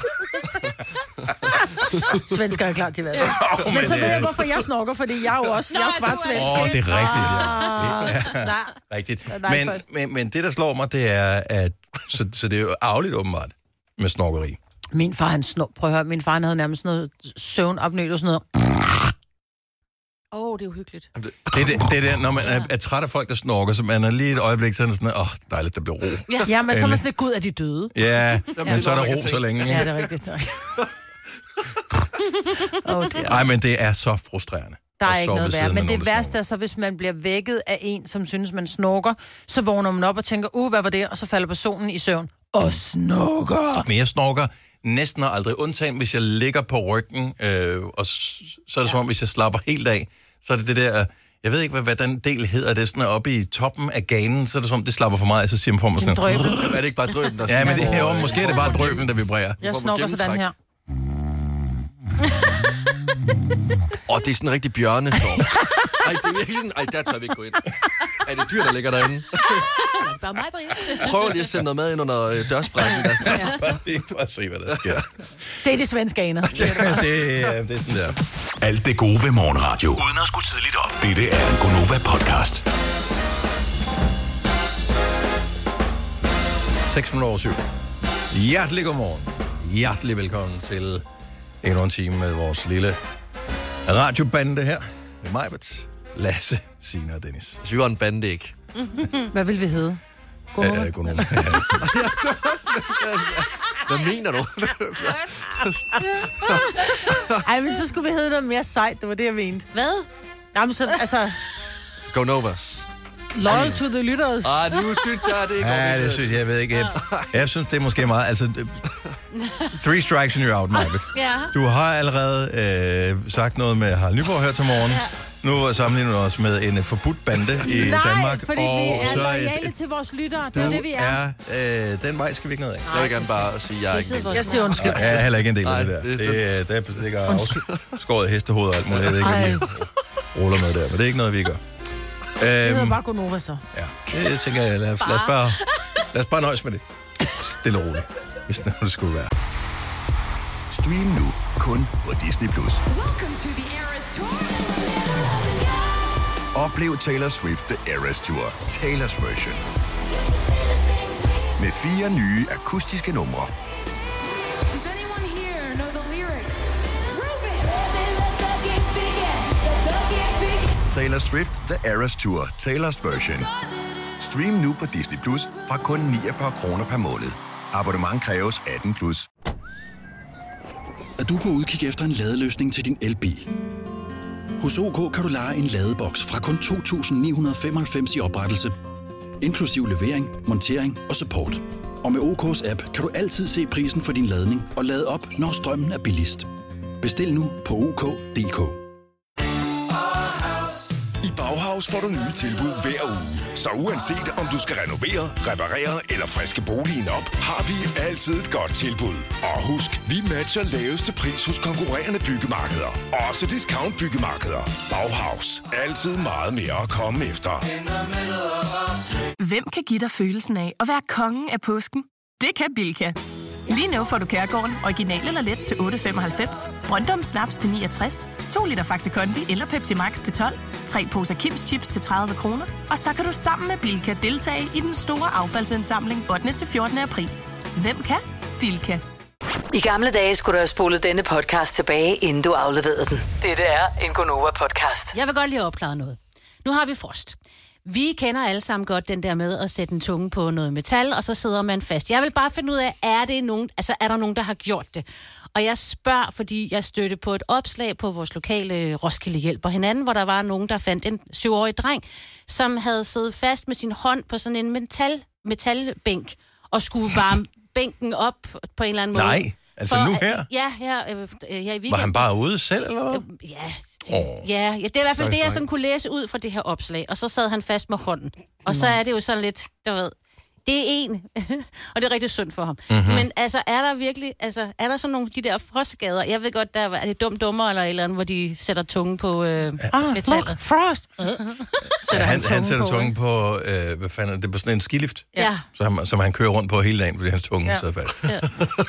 Svensker er klar til hvad. Oh, Men så det ved jeg, er- hvorfor jeg snorker, fordi jeg er jo også, jeg er jo Nå, kvart du er- svensk. Åh, oh, det er rigtigt. Ja. Ah, nej. Rigtigt. nej, Men, for- men, men det, der slår mig, det er, at... Så, så det er jo arveligt åbenbart med snorkeri. Min far, han snor, prøv at høre, min far han havde nærmest sådan noget søvnapnø og sådan noget. Åh, oh, det er uhyggeligt. Det er det, det er det, når man er, er træt af folk, der snorker, så man er lige et øjeblik sådan sådan, åh, oh, dejligt, der bliver ro. Ja, men så er man sådan lidt, gud, er de døde? Ja, det men så er var der man ro kan så længe. Ja, det er rigtigt. Åh, oh, det er... Nej, men det er så frustrerende. Der er at ikke sove noget ved værd. siden af Men nogen, det der værste snorker. er så, hvis man bliver vækket af en, som synes, man snorker, så vågner man op og tænker, uh, hvad var det? Og så falder personen i søvn. Og snorker! Men jeg snorker næsten og aldrig, undtagen hvis jeg ligger på ryggen, øh, og s- så er det som om, hvis jeg slapper helt af, så er det det der, jeg ved ikke, hvad, hvad den del hedder, det er sådan oppe i toppen af ganen, så er det som om, det slapper for meget, så siger man for mig sådan Drøben. Er det ikke bare drøben, der Ja, men det får, her, øh, måske er det bare drøben, der vibrerer. Jeg Hvor man snorker sådan gennemtræk. her. Åh, det er sådan en rigtig bjørnestorm. Ej, det er virkelig sådan... Ej, der tør vi ikke gå ind. Er det dyr, der ligger derinde? Bare mig, Brian. Prøv lige at sende noget mad ind under øh, dørsprækken. Der. Bare lige for at se, hvad der sker. Det er de svenske aner. det, er, det er sådan der. Alt det gode ved morgenradio. Uden at skulle tidligt op. Dette er en Gonova-podcast. seks minutter over syv. Hjertelig godmorgen. Hjertelig velkommen til endnu en time med vores lille radiobande her. Med Majbert, Lasse, Signe og Dennis. Hvis vi var en bande, ikke? Hvad vil vi hedde? Ja, godmorgen. Ja. Hvad mener du? Ej, men så skulle vi hedde noget mere sejt, det var det, jeg mente. Hvad? Jamen, så, altså, Go Novas. loyal to the lytters. Ah, nu synes jeg, det er Ja, det synes jeg, jeg ved ikke. Jeg, jeg synes, det er måske meget... Altså, det- three strikes and you're out, Majbert. Ja. Du har allerede øh, sagt noget med Harald Nyborg her til morgen. Ja. Nu sammenligner du os med en forbudt bande i Nej, Danmark. fordi vi er så loyale til vores lyttere. Det er du det, vi er. er... Øh, den vej skal vi ikke ned af. Jeg vil gerne bare sige, at jeg er ikke en del. Jeg siger undskyld. Jeg er heller ikke en del af Nej, det der. det Det, er det, det, det ligger afskåret hestehoved og alt muligt. Jeg ved ikke, hvad de ruller med der, men det er ikke noget, vi gør. Det hedder Øhm, bare Gonova så. ja, det tænker jeg. Lad os, lad os, bare, lad os bare nøjes med det. Stille og roligt, hvis det, det skulle være. Stream nu kun på Disney plus. Oplev Taylor Swift The Eras Tour, Taylor's version. Med fire nye akustiske numre. Taylor Swift The Eras Tour, Taylor's version. Stream nu på Disney plus fra kun niogfyrre kroner per måned. Abonnement kræves atten plus. Er du på udkig efter en ladeløsning til din elbil? Hos OK kan du leje en ladeboks fra kun to tusind ni hundrede femoghalvfems i oprettelse, inklusiv levering, montering og support. Og med O K's app kan du altid se prisen for din ladning og lade op, når strømmen er billigst. Bestil nu på O K punktum D K. I Bauhaus får du nye tilbud hver uge. Så uanset om du skal renovere, reparere eller friske boligen op, har vi altid et godt tilbud. Og husk, vi matcher laveste pris hos konkurrerende byggemarkeder. Også discount byggemarkeder. Bauhaus. Altid meget mere at komme efter. Hvem kan give dig følelsen af at være kongen af påsken? Det kan Bilka. Lige nu får du Kærgården original eller let til otte femoghalvfems, Brøndum Snaps til niogtres, to liter Faxi Kondi eller Pepsi Max til tolv, tre poser Kims Chips til tredive kroner, og så kan du sammen med Bilka deltage i den store affaldsindsamling ottende til fjortende april. Hvem kan? Bilka. I gamle dage skulle du have spolet denne podcast tilbage, inden du afleverede den. Dette er en Gonova-podcast. Jeg vil godt lige have opklaret noget. Nu har vi frost. Vi kender alle sammen godt den der med at sætte en tunge på noget metal, og så sidder man fast. Jeg vil bare finde ud af, er det nogen, altså er der nogen, der har gjort det? Og jeg spørger, fordi jeg stødte på et opslag på vores lokale Roskilde Hjælper hinanden, hvor der var nogen, der fandt en syvårig dreng, som havde siddet fast med sin hånd på sådan en metal, metalbænk, og skulle varme bænken op på en eller anden måde. Nej, altså For, nu her? Ja, her, øh, her i weekenden. Var han bare ude selv, eller hvad? Øh, ja, det, oh. ja, ja, det er i hvert fald det, jeg sådan kunne læse ud fra det her opslag. Og så sad han fast med hånden. Og så er det jo sådan lidt, du ved, det er en, og det er rigtig synd for ham. Mm-hmm. Men altså, er der virkelig, altså, er der sådan nogle de der frostskader? Jeg ved godt, der er det dum dummer eller et eller andet, hvor de sætter tungen på øh, ah, metallet. Look, frost! Ja, han, han sætter tungen på, øh, hvad fanden er det, på sådan en skilift, ja. som, som han kører rundt på hele dagen, fordi hans tunge ja. sidder fast. Ja.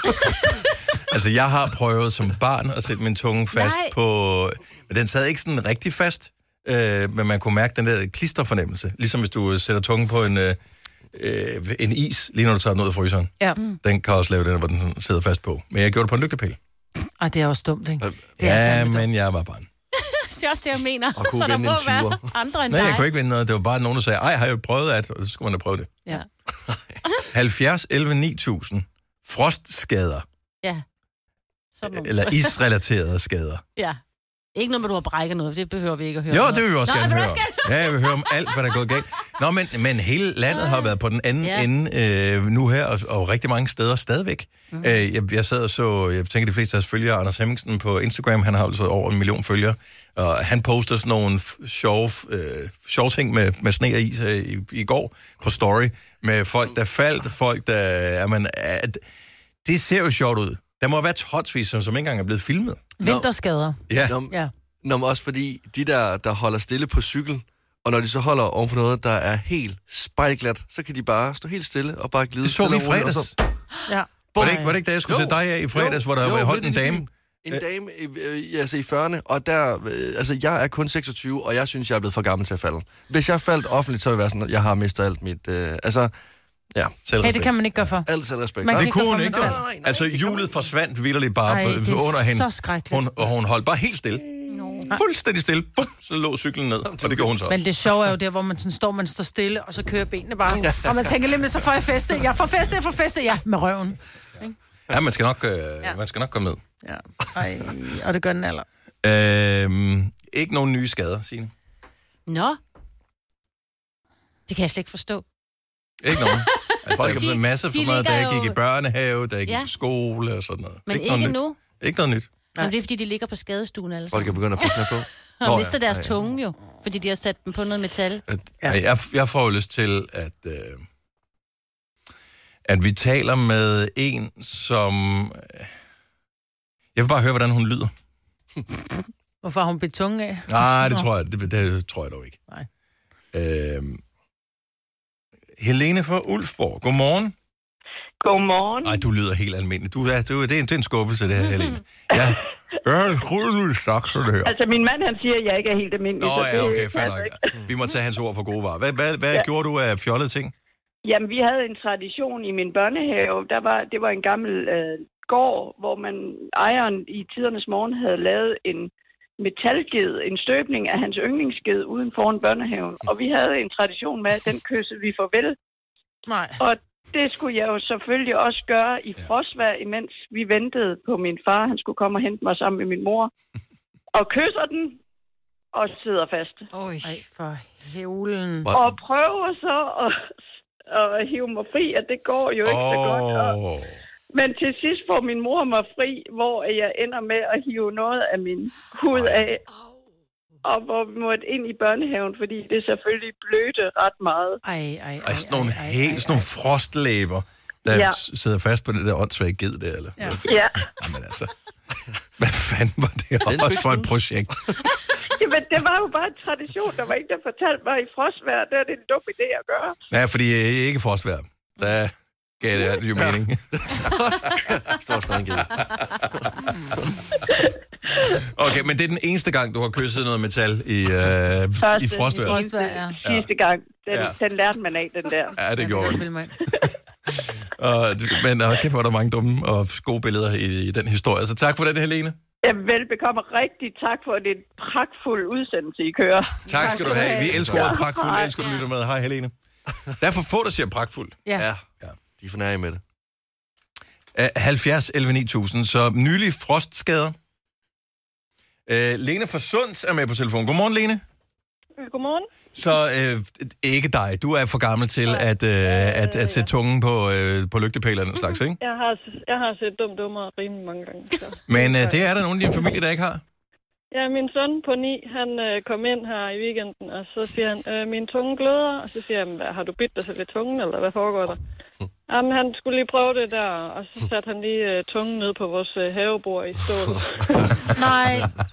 Altså, jeg har prøvet som barn at sætte min tunge fast Nej. på, men den sad ikke sådan rigtig fast, øh, men man kunne mærke den der klisterfornemmelse, ligesom hvis du sætter tungen på en... Øh, Øh, en is, lige når du tager den ud af fryseren. Ja. Den kan også lave den, hvor den sidder fast på. Men jeg gjorde det på en lygtepæl. Ej, det er også dumt, ikke? Ja, men jeg var barn. Det er også det, jeg mener. Og kunne så der må en være andre end Nej, dig. jeg kunne ikke vinde noget. Det var bare nogen, der sagde, ej, har jeg prøvet at... Og så skulle man da prøve det. Ja. halvfjerds elleve ni tusind frostskader. Ja. Sådan eller isrelaterede skader. Ja. Ikke noget med, du har brækket noget, for det behøver vi ikke at høre. Jo, det vil vi også Nå, gerne høre. Også ja, jeg vil høre om alt, hvad der er gået galt. Nå, men, men hele landet har været på den anden ja. ende øh, nu her, og, og rigtig mange steder stadigvæk. Mm. Øh, jeg, jeg sad og så, jeg tænker, de fleste af os følger Anders Hemmingsen på Instagram. Han har altså over en million følgere. Og han postede sådan nogle sjove, øh, sjove ting med, med sne og is øh, i, i går på Story. Med folk, der faldt, folk, der... Er man, er, det ser jo sjovt ud. Der må være tonsvis, som, som ikke engang er blevet filmet. Vinterskader. Ja. Nå, ja. Nå, men også fordi de der, der holder stille på cykel, og når de så holder oven på noget, der er helt spejlglat, så kan de bare stå helt stille og bare glide. Det så vi i fredags. Så... Ja. Var det, ikke, var det ikke da jeg skulle jo, se dig af i fredags, jo, hvor der jo, holdt en dame? En dame, øh, altså i fyrrerne, og der, øh, altså jeg er kun seksogtyve, og jeg synes, jeg er blevet for gammel til at falde. Hvis jeg faldt offentligt, så ville det være sådan, at jeg har mistet alt mit, øh, altså... Ja, hey, det kan man ikke gøre for. Alt selvrespekt. Det kunne hun ikke. Nej, nej, nej, altså, hjulet forsvandt vitterligt bare Ej, under hende. Så skrækkeligt. Hun, og hun holdt bare helt stille. No. Fuldstændig stille. Bum, så lå cyklen ned, og det gjorde hun så også. Men det sjove er jo der, hvor man sådan står, man står stille, og så kører benene bare. Og man tænker lidt, men så får jeg fæste. Jeg får fæste, jeg får fæste, ja, med røven. Ja, man skal nok, øh, ja. man skal nok komme med. Ja, Ej, og det gør den alder. Øhm, ikke nogen nye skader, Signe. Nå. Det kan jeg slet ikke forstå. Ikke nogen. Altså, folk har fået en masse for noget, der jo... gik i børnehave, der gik ja. i skole og sådan noget. Men ikke, ikke nu. Ikke noget nyt. Jamen, det er, fordi de ligger på skadestuen alle sammen. Folk er begyndt at putte på. Og har mistet deres tunge jo, fordi de har sat dem på noget metal. At, ja. jeg, jeg får jo lyst til, at, øh, at vi taler med en, som... Jeg vil bare høre, hvordan hun lyder. Hvorfor har hun blivet tunge af? Nej, det tror jeg, det, det tror jeg dog ikke. Nej. Øh, Helene fra Ulfborg, godmorgen. Godmorgen. Nej, du lyder helt almindelig. Du er, du, det, er en, det er en skuffelse, det her, Helene. Ja, jeg troede, du ville snakke sådan her. Altså, min mand, han siger, at jeg ikke er helt almindelig. Nå, ja, okay, fair nok. Vi må tage hans ord for gode varer. Hvad, hvad, hvad ja. gjorde du af fjollede ting? Jamen, vi havde en tradition i min børnehave. Der var, det var en gammel øh, gård, hvor man ejeren i tidernes morgen havde lavet en metalged, en støbning af hans yndlingsged uden foran børnehaven. Og vi havde en tradition med, at den kyssede vi farvel. Nej. Og det skulle jeg jo selvfølgelig også gøre i frostvejr, imens vi ventede på min far. Han skulle komme og hente mig sammen med min mor. Og kysser den, og sidder fast. Oj, for hævlen. Og prøver så at, at hive mig fri, at det går jo ikke oh. så godt. Og, men til sidst får min mor mig fri, hvor jeg ender med at hive noget af min hud af. Og hvor vi måtte ind i børnehaven, fordi det selvfølgelig blødte ret meget. Ej, ej, ej. Ej, sådan nogle, ej, ej, helt, sådan nogle frostlæber, der ja. sidder fast på det der åndssvage ged der, eller? Ja. ja. Jamen altså, hvad fanden var det også for et projekt? Jamen, det var jo bare en tradition. Der var ikke, der fortalte mig i frostvejr. Det er det en dum idé at gøre. Ja, fordi I er ikke frostvejr. Der gav det jo mening. Står sådan en ged. Okay, men det er den eneste gang, du har kysset noget metal i, øh, Første, i frostvejr. I frostvejr, ja. Sidste gang. Den, ja. den lærte man af, den der. Ja, det gjorde den. og, men og, kæft, hvor er der mange dumme og gode billeder i, i den historie. Så tak for det, Helene. Ja, velbekomme. Rigtig tak for det pragtfuld udsendelse, I kører. Tak skal du have. Vi elsker ordet pragtfuld. Jeg elsker, du lytter med. Hej, Helene. Derfor få, der siger pragtfuld. Ja. ja. ja. De er for nærige med det. Uh, halvfjerds elleve ni tusind. Så nylig frostskader. Uh, Lene fra Sunds er med på telefon. Godmorgen, Lene. Godmorgen. Så uh, ikke dig. Du er for gammel til at, uh, at, at sætte tungen på, uh, på lygtepæler og den slags, ikke? Jeg har, jeg har set dum dummer rimelig mange gange. Så. Men uh, det er der nogen i din familie, der ikke har? Ja, min søn på ni, han øh, kom ind her i weekenden, og så siger han, øh, min tunge gløder, og så siger han, har du bidt dig selv i tungen, eller hvad foregår der? Jamen, han skulle lige prøve det der, og så satte han lige øh, tungen ned på vores øh, havebord i stål. Nej.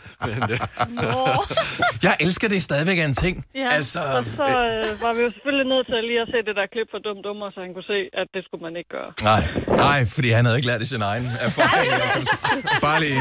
Jeg elsker det stadigvæk af en ting. Ja. Altså, og så øh, var vi jo selvfølgelig nødt til lige at se det der klip fra Dum Dummer, så han kunne se, at det skulle man ikke gøre. Nej, nej, fordi han havde ikke lært i sin egen erfaring. Bare lige.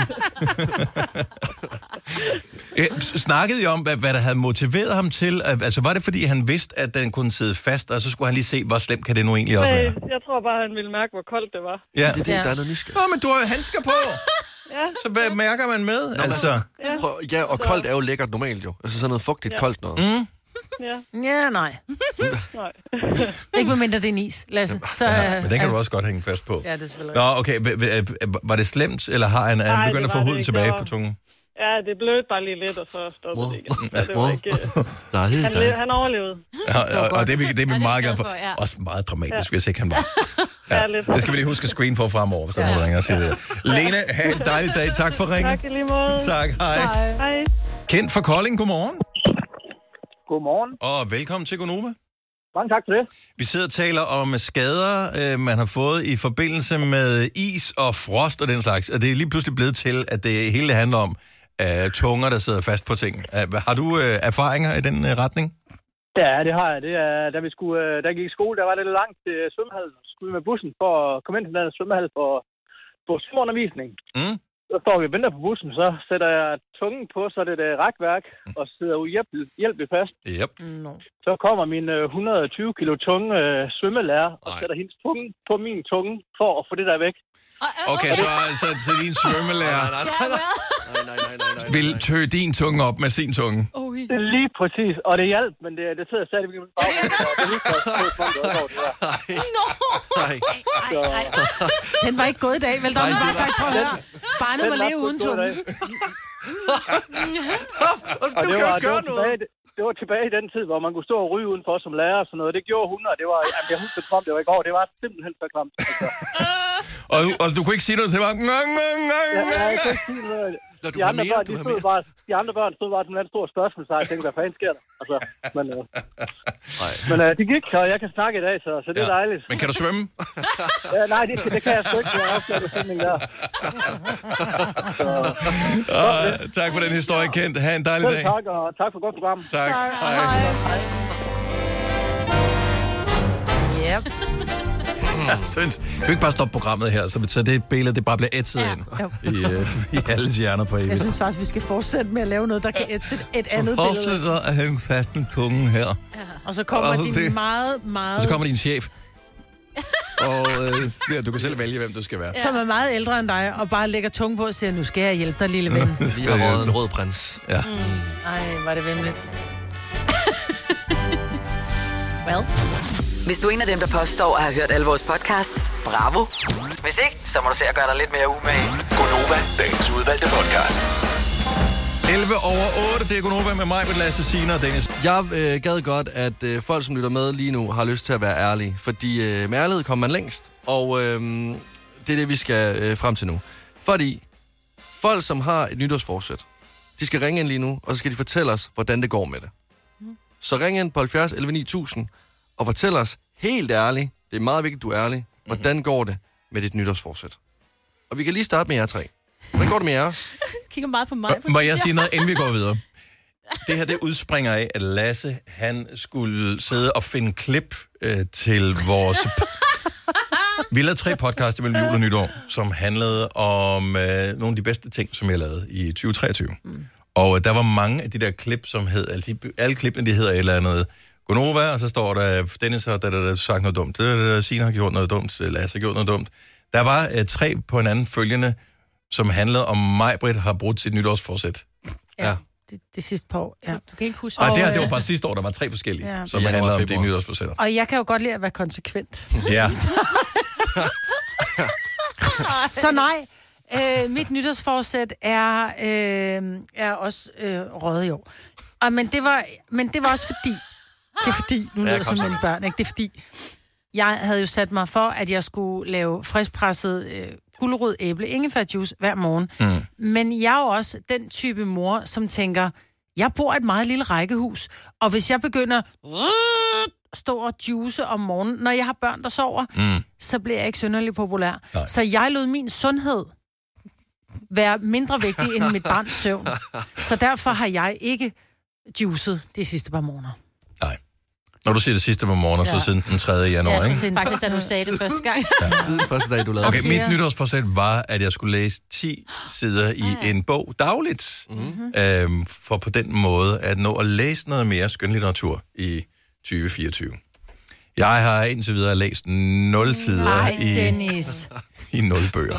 Snakkede I om, hvad, hvad der havde motiveret ham til? Altså, var det, fordi han vidste, at den kunne sidde fast, og så skulle han lige se, hvor slemt kan det nu egentlig også være? Jeg tror bare, han ville mærke, hvor koldt det var. Ja, det er det, der er noget nysgerrig. Nå, men du har jo handsker på! Ja. Så hvad ja. mærker man med? Nå, altså. Ja. Prøv, ja, og koldt er jo lækkert normalt jo. Altså sådan noget fugtigt, ja. koldt noget. Mm. Ja. Ja, nej. nej. Ikke medmindre det er en is, Lasse. Så, ja, men den kan du også godt hænge fast på. Ja, det er selvfølgelig. Nå, okay. Var det slemt, eller har han, han begyndt at få huden tilbage på tungen? Ja, det blødte bare lige lidt, og så stoppede det igen. Så det var ikke... han, le- han overlevede. Ja, og, og det er vi, det er vi meget glade for. Ja. Også meget dramatisk, ja. hvis ikke han var. Ja. Ja, det skal vi lige huske at screen for fremover, hvis der er ja. noget, der ringer og siger det. Lene, have en dejlig dag. Tak for ringen. Tak i lige måde. Tak, hej. Hej. hej. Kent fra Kolding, godmorgen. Godmorgen. Og velkommen til Gonova. Mange tak for det. Vi sidder og taler om skader, øh, man har fået i forbindelse med is og frost og den slags. Og det er lige pludselig blevet til, at det hele det handler om uh, tunger, der sidder fast på ting. Uh, har du uh, erfaringer i den uh, retning? Ja, det har jeg. Det er, da vi skulle, uh, da jeg gik i skole, der var det lidt langt til svømmehallen. Så skulle vi med bussen for at komme ind til den svømmehal for, for svømmeundervisning. Mm. Så står vi og venter på bussen, så sætter jeg tungen på, så det er det rækværk, og sidder uhjælpeligt fast. Yep. No. Så kommer min uh, et hundrede og tyve kilo tunge uh, svømmelærer og sætter hendes tunge på min tunge for at få det der væk. Okay, så altså til din svømmelærer nej, nej, nej, nej, nej, nej, nej. vil tø din tunge op med sin tunge. Oh, lige præcis, og det hjalp, men det, det sidder stadigvæk i min baggrund. Det er lige for at få det over det der. Den var ikke gået i dag, vel? Der har bare sagt, prøv at høre. Barnet må leve uden tunge. Og du kan jo gøre noget. Det var tilbage i den tid, hvor man kunne stå og ryge udenfor som lærer og sådan noget. Det gjorde hun, og det var, jamen, jeg husker det som det var i går. Det var simpelthen så klamt. Altså. og, og du kunne ikke sige noget til mig? Ja, jeg kunne ikke sige noget. Nå, de, andre børn, de, stod bare, de andre børn stod bare som en stor spørgsmål, så jeg tænkte, hvad fanden sker der? Altså, men øh, men øh, de gik, og jeg kan snakke i dag, så, så det er ja. dejligt. Men kan du svømme? ja, nej, det, det kan jeg sgu ikke. Jeg har også lavet svømning der. så, uh, tak for den historie, Kent. Ha' en dejlig dag. Tak, og tak for godt program. Tak. tak. Hej. Hej. Yep. Jeg synes, kan vi ikke bare stoppe programmet her, så, så det billede, det bare bliver ætset ja. ind i, uh, i alles hjerner for evigt. Jeg synes faktisk, vi skal fortsætte med at lave noget, der kan ætse et andet billede. Fortsætter at hænge fast med tungen her. Ja. Og så kommer og din det, meget, meget... Og så kommer din chef. og øh, ja, du kan selv vælge, hvem du skal være. Ja. Som er meget ældre end dig, og bare lægger tungen på og siger, nu skal jeg hjælpe dig, lille ven. Vi har røget en rød prins. Ja. Mm. Ej, var det vemmeligt. Well. Hvis du er en af dem, der påstår at have hørt alle vores podcasts, bravo. Hvis ikke, så må du se at gøre dig lidt mere umage. Gonova, dagens udvalgte podcast. elleve over otte, det er Gunova med mig, med Lasse, Signe og Dennis. Jeg øh, gad godt, at øh, folk, som lytter med lige nu, har lyst til at være ærlige. Fordi øh, med ærlighed kommer man længst. Og øh, det er det, vi skal øh, frem til nu. Fordi folk, som har et nytårsforsæt, de skal ringe ind lige nu, og så skal de fortælle os, hvordan det går med det. Mm. Så ring ind på halvfjerds elleve ni tusind og fortæl os helt ærligt, det er meget vigtigt, du er ærlig, hvordan mm-hmm. går det med dit nytårsforsæt. Og vi kan lige starte med jer tre. Hvordan går det med jeres? Kigger meget på mig. Må jeg sige noget, inden vi går videre? Det her, det udspringer af, at Lasse, han skulle sidde og finde klip øh, til vores... Vi lavede tre podcasts mellem jul og nytår, som handlede om øh, nogle af de bedste ting, som jeg lavede i tyve treogtyve. Mm. Og øh, der var mange af de der klip, som hed... Alle, de, alle klippene, de hedder et eller andet... Gunova, og så står der, Dennis har der, der, der sagt noget dumt, der, der, Signe har gjort noget dumt, Lasse har gjort noget dumt. Der var øh, tre på hinanden følgende, som handlede om Maj-Brit har brudt sit nytårsforsæt. Ja, ja. Det, det sidste par år, ja. Du kan ikke huske. Og, og det, her, det var bare sidste år, der var tre forskellige, ja. som handlede om det nytårsforsætter. Og jeg kan jo godt lide at være konsekvent. Ja. Så nej, øh, mit nytårsforsæt er, øh, er også øh, røget i år. Og, men, det var, men det var også fordi... Det er fordi, nu lyder det som mine børn, ikke? Det er fordi, jeg havde jo sat mig for, at jeg skulle lave friskpresset øh, gulerod, æble, ingefærjuice hver morgen. Mm. Men jeg er jo også den type mor, som tænker, jeg bor i et meget lille rækkehus, og hvis jeg begynder at stå og juice om morgenen, når jeg har børn, der sover, mm. så bliver jeg ikke synderligt populær. Nej. Så jeg lod min sundhed være mindre vigtig end mit barns søvn. Så derfor har jeg ikke juicet de sidste par måneder. Nej. Når du siger det sidste på morgenen, ja. Så siden den tredje januar, ja, ikke? Faktisk, da du sagde det første gang. Ja. Siden første dag, du lavede. Okay, mit nytårsforsæt var, at jeg skulle læse ti sider i ah, ja. en bog dagligt. Mm-hmm. Øhm, for på den måde at nå at læse noget mere skønlitteratur i tyve fireogtyve. Jeg har indtil videre læst nul sider Ej, i, Dennis. i nul bøger.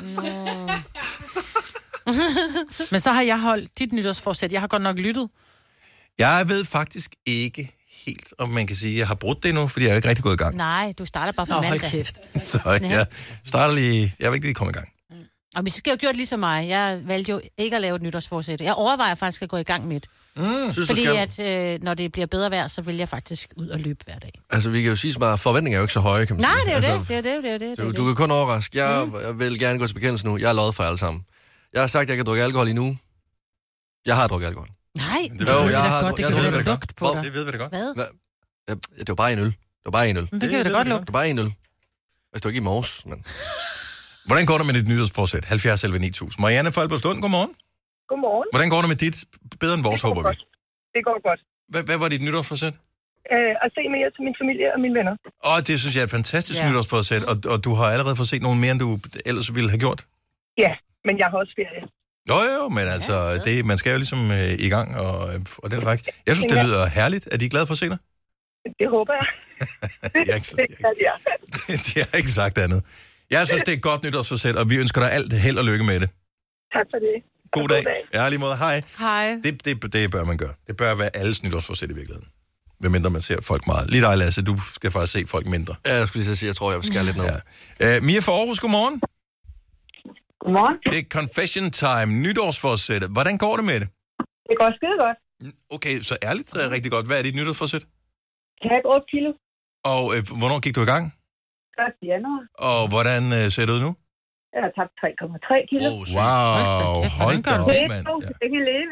Men så har jeg holdt dit nytårsforsæt. Jeg har godt nok lyttet. Jeg ved faktisk ikke helt, om man kan sige, at jeg har brudt det nu, fordi jeg er ikke rigtig gået i gang. Nej, du starter bare på Nå, mandag. hold kæft. Så jeg starter lige... Jeg vil ikke lige komme i gang. Mm. Og vi skal jo gjort ligesom mig. Jeg valgte jo ikke at lave et nytårsforsæt. Jeg overvejer faktisk at gå i gang med det. Mm. Synes, fordi skal... at øh, når det bliver bedre vejr, så vil jeg faktisk ud og løbe hver dag. Altså, vi kan jo sige så meget, forventninger er jo ikke så høje, kan man Nej, sige. det er jo altså, det. Det er det, det er det. Du, det, er du kan kun overraske. Jeg, mm. jeg vil gerne gå til bekendelse nu. Jeg er løjet for alle sammen. Jeg har sagt, at jeg kan drikke alkohol i nu. Jeg har drukket alkohol. Nej, det ved vi da godt. Det kan du da lugt på dig. Det ved vi da godt. Hvad? Ja, det var bare en øl. Det var bare en øl. Men det kan vi da godt lukke. Det var bare en øl. Hvis du ikke i morges, men... Hvordan går det med dit nytårsforsæt? halvfjerds elleve ni tusind. Marianne Folberstund, godmorgen. Godmorgen. Hvordan går det med dit? Bedre end vores, håber vi. Det går godt. Hvad, hvad var dit nytårsforsæt? Øh, at se mere til min familie og mine venner. Åh, det synes jeg er et fantastisk ja. nytårsforsæt, og, og du har allerede fået set nogen mere, end du ellers ville have gjort? Ja, men jeg har også ferie. Jo, jo, men altså, ja, det, man skal jo ligesom øh, i gang, og, og den række. Jeg synes, det lyder herligt. Er de glade for at se dig? Det håber jeg. jeg, er ikke, jeg, jeg har ikke sagt andet. Jeg synes, det er et godt nytårsforsæt, og vi ønsker dig alt held og lykke med det. Tak for det. God, God dag. dag. Ja, lige måde. Hej. Hej. Det, det, det bør man gøre. Det bør være alles nytårsforsæt i virkeligheden. Hvem mindre man ser folk meget. Lige dig, Lasse, du skal faktisk se folk mindre. Ja, jeg skulle lige sige, jeg tror, jeg skal lidt ned. Ja. Uh, Mia fra Aarhus, godmorgen. Godmorgen. Det er confession time, nytårsforsæt. Hvordan går det med det? Det går skide godt. Okay, så ærligt det er rigtig godt. Hvad er dit nytårsforsæt? Tab otte kilo. Og øh, hvornår gik du i gang? første januar. Og hvordan øh, ser det ud nu? Jeg har tabt tre komma tre kilo. Oh, wow, hold da op, mand. Det kan leve.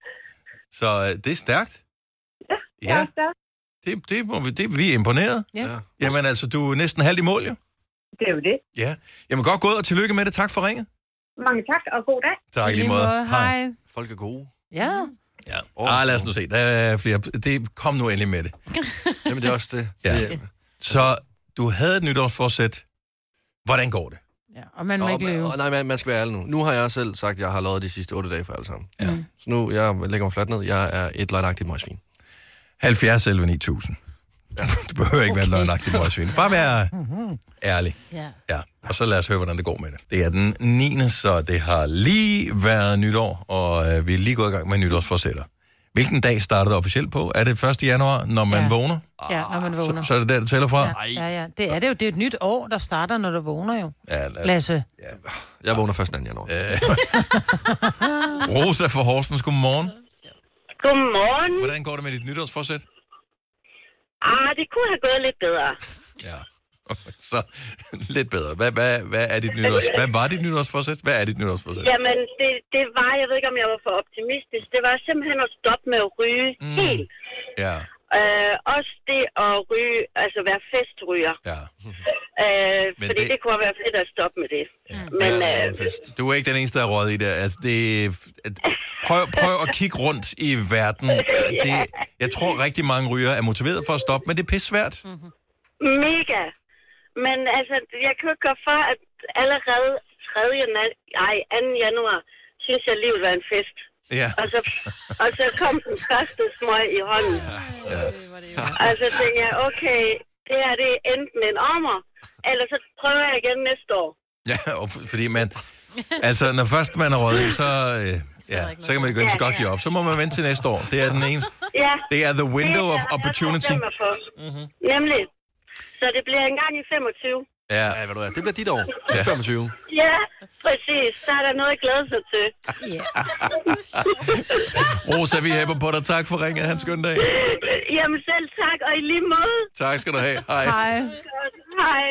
Så øh, det er stærkt. Ja, det er ja. stærkt. Det, det, det, det, vi er imponeret. Ja. Jamen altså, du er næsten halvt i mål, jo. Det er jo det. Ja. Jamen godt gået, og tillykke med det. Tak for ringet. Mange tak, og god dag. Tak, lige måde. Hej. Folk er gode. Ja. Ja. Oh, ah, lad os nu se. Der er flere. Det, kom nu endelig med det. Jamen, det er også det. Ja. det. Så du havde et nytårsforsæt. Hvordan går det? Ja, og man må og, ikke løbe. Og, nej, man, man skal være ærlig nu. Nu har jeg selv sagt, at jeg har lovet de sidste otte dage for alle sammen. Ja. Så nu, jeg lægger mig fladt ned. Jeg er et løgnagtigt møgsvin. halvfjerds elleve ni tusind. Ja. Du behøver ikke okay. være et løgnagtigt møgsvin. Bare være ærlig. Ja. Ja. Og så lad os høre, hvordan det går med det. Det er den niende, så det har lige været nytår, og øh, vi er lige gået i gang med nytårsforsætter. Hvilken dag starter det officielt på? Er det første januar, når man Ja. vågner? Ja, når man vågner. Så, så er det der, det tæller fra? Ja, ja, ja. Det er det jo. Det er et nyt år, der starter, når du vågner jo. Ja, lad... Lasse. Ja. Jeg vågner først den anden januar. Rosa fra Horsens, godmorgen. Godmorgen. Hvordan går det med dit nytårsforsæt? Ah, det kunne have gået lidt bedre. Ja, så lidt bedre. Hvad, hvad, hvad, er dit nytårs... hvad var dit nytårsforsæt? Hvad er dit nytårsforsæt? Jamen, det, det var, jeg ved ikke, om jeg var for optimistisk, det var simpelthen at stoppe med at ryge mm. helt. Ja. Øh, også det at ryge, altså være festryger. Ja. Øh, Men fordi det... det- det kunne have været fedt at stoppe med det. Ja, Men ja, øh, du er ikke den eneste, der er røget i det. Altså, det at- prøv, prøv at kigge rundt i verden. Det, jeg tror, rigtig mange ryger er motiveret for at stoppe, men det er pisse svært. Mm-hmm. mega. Men altså, jeg kan jo ikke gøre for, at allerede tredje Nej, anden januar, synes jeg, livet var en fest. Ja. Og så, og så kom den første smøg i hånden. Ja. Og så tænkte jeg, okay, det her det er enten en ommer, eller så prøver jeg igen næste år. Ja, og f- fordi man... Altså, når først man er røget i, så, øh, ja, så kan man ikke ønske godt give op. Så må man vente til næste år. Det er den ene. Ja. Det er the window Det of er- jeg opportunity. bestemmer for. Mm-hmm. Nemlig. Så det bliver en gang i femogtyve. Ja, ja ved du hvad, det bliver dit år. Ja. femogtyve. Ja, præcis. Så er der noget at glæde sig til. Ja. Rosa, vi hæpper på dig. Tak for ringet. Hans skøn dag. Jamen selv tak, og i lige måde. Tak skal du have. Hej. Hej. Hej.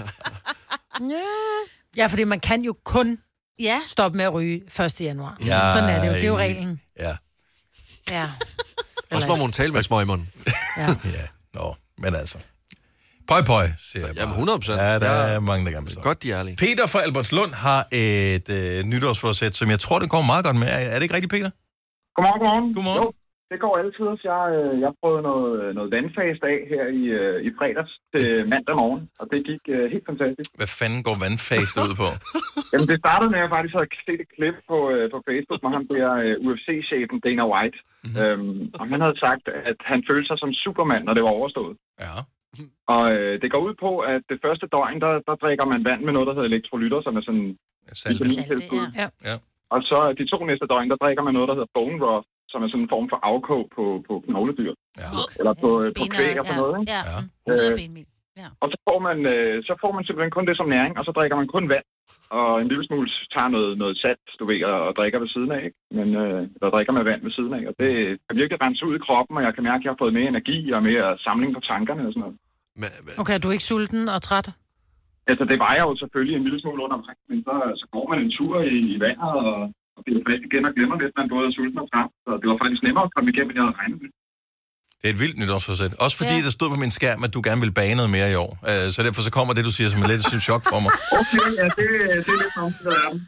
Ja, fordi man kan jo kun ja. stoppe med at ryge første januar. Ja, Sådan er det jo. Det er jo reglen. Ja. Ja. Også må man tale med små i munden. Ja. Ja, nå, men altså. Pøj, pøj, siger jeg bare. Jamen hundrede procent. Ja, der Ja. er mange, der gerne vil stå. Godt, de er ærlige. Peter fra Albertslund har et øh, nytårsforsæt, som jeg tror, det går meget godt med. Er, er det ikke rigtigt, Peter? Godmorgen, godmorgen. Godmorgen. Jo, det går altid. Så jeg, øh, jeg prøvede noget, noget vandfast af her i, øh, i fredags til mandag morgen, og det gik øh, helt fantastisk. Hvad fanden går vandfast ud på? Jamen, det startede med, at jeg faktisk havde set et klip på, øh, på Facebook med ham der øh, U F C-chefen Dana White. Mm-hmm. Øhm, og han havde sagt, at han følte sig som Superman, når det var overstået. Ja. Og øh, det går ud på, at det første døgn, der, der drikker man vand med noget, der hedder elektrolytter, som er sådan... Salte. vitamintilskud. Ja. Ja. Og så de to næste døgn, der drikker man noget, der hedder bone broth, som er sådan en form for afkog på, på knogledyr. Ja. Eller på, øh, på Bener, kvæg og sådan ja. noget, ikke? Ja, Ja. hundrede Øh, benmil. Ja. Og så får, man, øh, så får man simpelthen kun det som næring, og så drikker man kun vand. Og en lille smule tager noget, noget salt, du ved, og, og drikker ved siden af, ikke? Men øh, der drikker med vand ved siden af, og det kan virkelig rense ud i kroppen, og jeg kan mærke, at jeg har fået mere energi og mere samling på tankerne og sådan noget. Men, men, Okay, du er ikke sulten og træt? Altså, det vejer jo selvfølgelig en lille smule rundt omkring, men så, så går man en tur i, i vandet, og, og bliver frisk igen og glemmer lidt, man både er sulten og træt. Så det var faktisk nemmere at komme igennem, end jeg havde regnet med. Det er et vildt nytårsforsæt. Også fordi Ja. der stod på min skærm, at du gerne vil bage noget mere i år. Uh, så derfor så kommer det, du siger, som er lidt et chok for mig. Okay, ja, det, det er lidt nogen, der er den.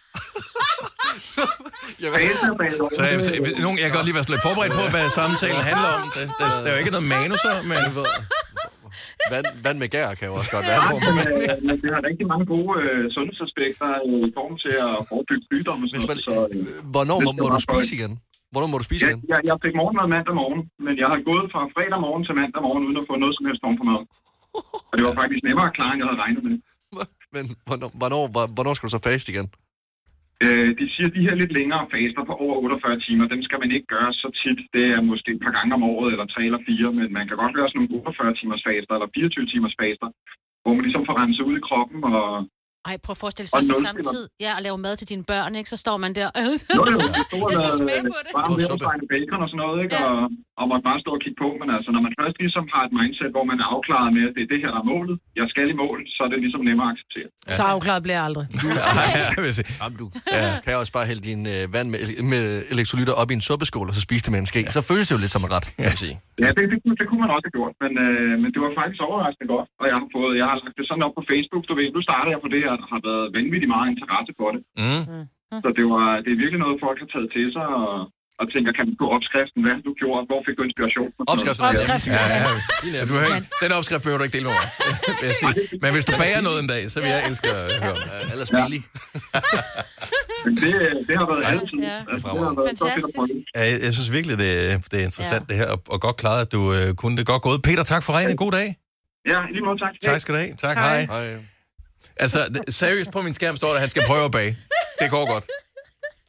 Så jeg, så, nogen, jeg kan godt lige være lidt forberedt på, hvad samtalen handler om. Der, der, der er jo ikke noget manuser, men... vand, vand med gær kan jo også godt være. Ja, men, øh, men det har rigtig mange gode øh, sundhedsaspekter i form til at forebygge sygdomme og sådan noget. Så, øh, Hvornår må, det må var du spise godt. igen? Hvornår må du spise jeg, igen? jeg, jeg fik morgenmad mandag morgen, men jeg har gået fra fredag morgen til mandag morgen, uden at få noget som helst form for mad. Og det var faktisk nemmere at klare, end jeg havde regnet med. Men hvornår, hvornår, hvornår skal du så faste igen? Øh, de siger, at de her lidt længere faster på over otteogfyrre timer, dem skal man ikke gøre så tit. Det er måske et par gange om året, eller tre eller fire, men man kan godt gøre sådan nogle otteogfyrre timers faster, eller fireogtyve timers faster, hvor man ligesom får renset ud i kroppen og... Ej, prøv at forestille Og sig så nulstiller. samtidig, ja, at lave mad til dine børn, ikke? Så står man der. Jo, jo, det stod Jeg skal der smage på det. varme leverpostejende bacon og sådan noget, ikke? Og, og måtte bare stå og kigge på. Men altså, når man først ligesom har et mindset, hvor man er afklaret med, at det er det her, der er målet, jeg skal i mål, så er det ligesom nemmere at acceptere. Ja. Så afklaret bliver jeg aldrig. Jamen, du ja. kan også bare hælde din øh, vand med, med elektrolytter op i en suppeskål, og så spise det med en ske. Så føles det jo lidt som en ret, kan man sige. Ja, det, det, det kunne man også have gjort, men, øh, men det var faktisk overraskende godt. Og jeg har fået, jeg har lagt det sådan op på Facebook, du ved, nu starter jeg på det her, der har været vanvittigt meget interesse for det. Mm. Så det, var, det er virkelig noget, folk har taget til sig, og, og tænker, kan du på opskriften, hvad har du gjort, hvor fik du inspiration? Opskriften, Opskriften, Ja, ja. ja. Du hører ikke, den opskrift behøver du ikke dele med mig, vil jeg sige. Men hvis du bager noget en dag, så vil jeg elske at høre om det. Ellers billig. Men det, det har været altid. Ja. Altså, det har været så fedt at prøve. Ja, jeg, jeg synes virkelig, det, det er interessant ja. det her, og, og godt klaret, at du øh, kunne det godt gået. Peter, tak for ringen. God dag. Ja, lige måde, tak. Tak skal du have. Tak, hej. hej. Altså, det, seriøst på min skærm står der, at han skal prøve at bage. Det går godt.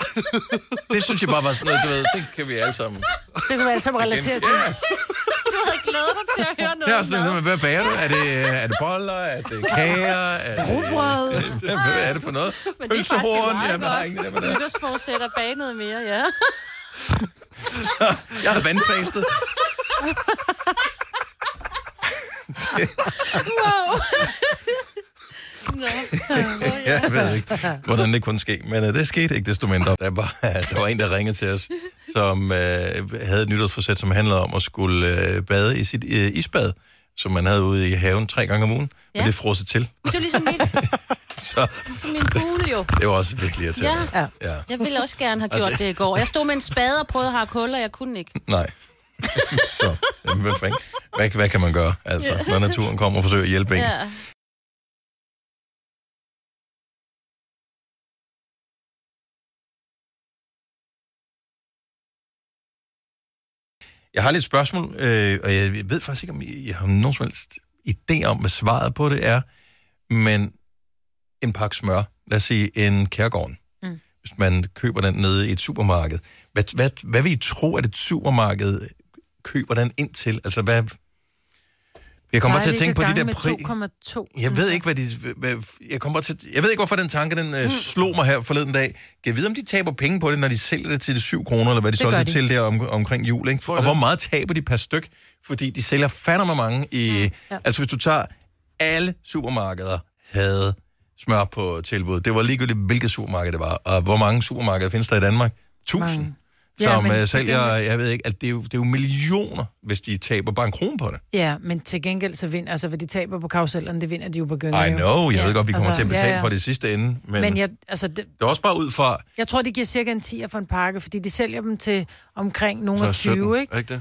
Det synes jeg bare var sådan noget, du ved, det kan vi alle sammen. Det kan vi alle sammen relatere til. Ja. Du havde glædet dig til at høre noget. Jeg er sådan noget, hvad bager du? Er det, er det boller? Er det kager? Er det, rugbrød? Hvad er det for noget? Pølsehorn? Jeg har ingen idé, hvad det er. Nytårsforsæt at bage noget mere, ja. Jeg har vandfastet. Wow. Nå. Jeg ved ikke, hvordan det kunne ske, men uh, det skete ikke desto mindre. Der var, der var en, der ringede til os, som uh, havde et nytårsforsæt, som handlede om at skulle uh, bade i sit uh, isbad, som man havde ude i haven tre gange om ugen, ja. Men det frosset til. Det var ligesom mit. Så Som min pool, jo. det var også virkelig irriterende. Ja. Ja. Jeg ville også gerne have gjort det i går. Jeg stod med en spade og prøvede at hakke huller, jeg kunne ikke. Nej. Så, jamen, hvad, fanden? hvad, hvad kan man gøre, altså, Ja. når naturen kommer og forsøger at hjælpe en? Ja. Jeg har lidt spørgsmål, øh, og jeg ved faktisk ikke, om jeg har nogen som helst idé om, hvad svaret på det er, men en pakke smør, lad os sige en Kærgården, mm. hvis man køber den nede i et supermarked, hvad, hvad, hvad vil I tro, at et supermarked køber den ind til? Altså, hvad... Jeg kommer bare til at tænke på de der to komma to. Jeg ved ikke, hvad de... Hvad, jeg, kommer bare til, jeg ved ikke, hvorfor den tanke, den øh, slog mig her forleden dag. Kan jeg vide, om de taber penge på det, når de sælger det til de syv kroner, eller hvad de Det solgte gør det de. til der om, omkring jul, ikke? Og hvor meget taber de per styk? Fordi de sælger fandme mange i... Mm, ja. Altså, hvis du tager alle supermarkeder havde smør på tilbud. Det var ligegyldigt, hvilket supermarked det var. Og hvor mange supermarkeder findes der i Danmark? Tusind. Mange. Ja, Som men øh, sælger, til gengæld- jeg ved ikke, at det er, jo, det er jo millioner, hvis de taber bare en krone på det. Ja, men til gengæld så vinder, altså hvad de taber på karusellerne, det vinder de jo på gynger. I know, jeg ja. ved godt, vi kommer altså, til at betale ja, ja. for det sidste ende, men, Men, men jeg, altså, det, det er også bare ud fra... jeg tror, de giver cirka en tier for en pakke, fordi de sælger dem til omkring nogle Så af tyve, sytten, ikke? ikke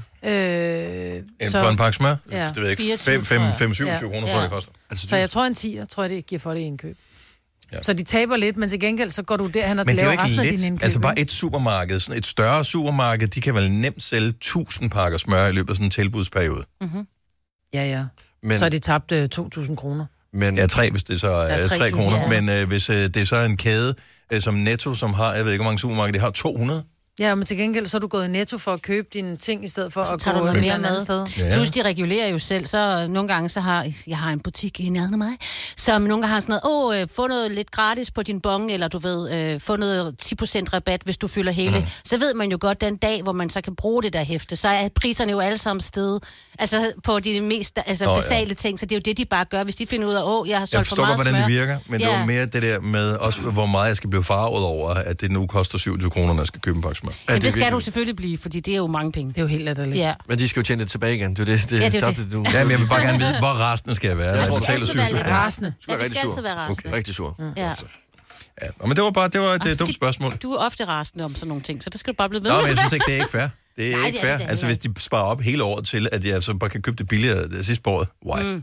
det? Øh, En, på en pakke smør? Ja. Det ved jeg ikke. fireogtyve, fem, tror jeg. syvogtyve Ja. kroner, tror jeg, det koster. Altså, Så jeg tror en tier, tror jeg, det giver for det i indkøb. Ja. Så de taber lidt, men til gengæld så går du derhen og Men det er jo laver resten ikke af din let. indkøb. Altså bare ikke? et supermarked, sådan et større supermarked, de kan vel nemt sælge tusind pakker smør i løbet af sådan en tilbudsperiode. Mm-hmm. Ja, ja. Men- Men, så har de tabt uh, to tusind kroner. Men, Ja, tre, hvis det så er Ja, tre tre tusind, kroner. ja. Men øh, hvis øh, det er så en kæde øh, som Netto, som har, jeg ved ikke, hvor mange supermarkeder, det har to hundrede. Ja, men til gengæld så er du gået i Netto for at købe dine ting, i stedet for Så at tager du gå noget et mere eller andet med. sted. Ja. Plus, de regulerer jo selv, så nogle gange så har... Jeg har en butik i nærheden af mig, som nogle gange har sådan noget, åh, øh, få noget lidt gratis på din bon, eller du ved, øh, få noget ti procent rabat, hvis du fylder hele. Mm. Så ved man jo godt, den dag, hvor man så kan bruge det der hæfte, så er priserne jo alle sammen steget. Altså på de mest altså, Nå, ja. basale ting, så det er jo det, de bare gør. Hvis de finder ud af, åh, jeg har Jeg solgt for forstår meget godt, hvordan smør. det virker, men ja. det Ja. var mere det der med, også hvor meget jeg skal blive farvet over, at det nu koster syvogtyve kroner, når jeg skal købe en pakke smør. Ja, Men det skal virkelig- du selvfølgelig blive, fordi det er jo mange penge. Det er jo helt latterligt. Ja. Men de skal jo tjene det tilbage igen. Det er jo det, det, Ja, det er jo tabte det. du. Ja, men jeg vil bare gerne vide, hvor resten skal jeg være. Jeg Jeg tror, tror, det betaler skal altid være syvogtyve lidt kroner. Rasende. Du skal Ja, være det rigtig skal sur. altid være rasende. Rigtig sur. Mm. Ja. Ja. Nå, men det var bare det var det, det dumme spørgsmål. Du er ofte rasende om sådan nogle ting, så det skal du bare blive ved Nå, med. men jeg synes ikke, det er ikke fair. Det er Nej, ikke det er fair. det da Altså, heller hvis de sparer op hele året til, at jeg så bare kan købe det billigere det sidste på året. Why? Mm.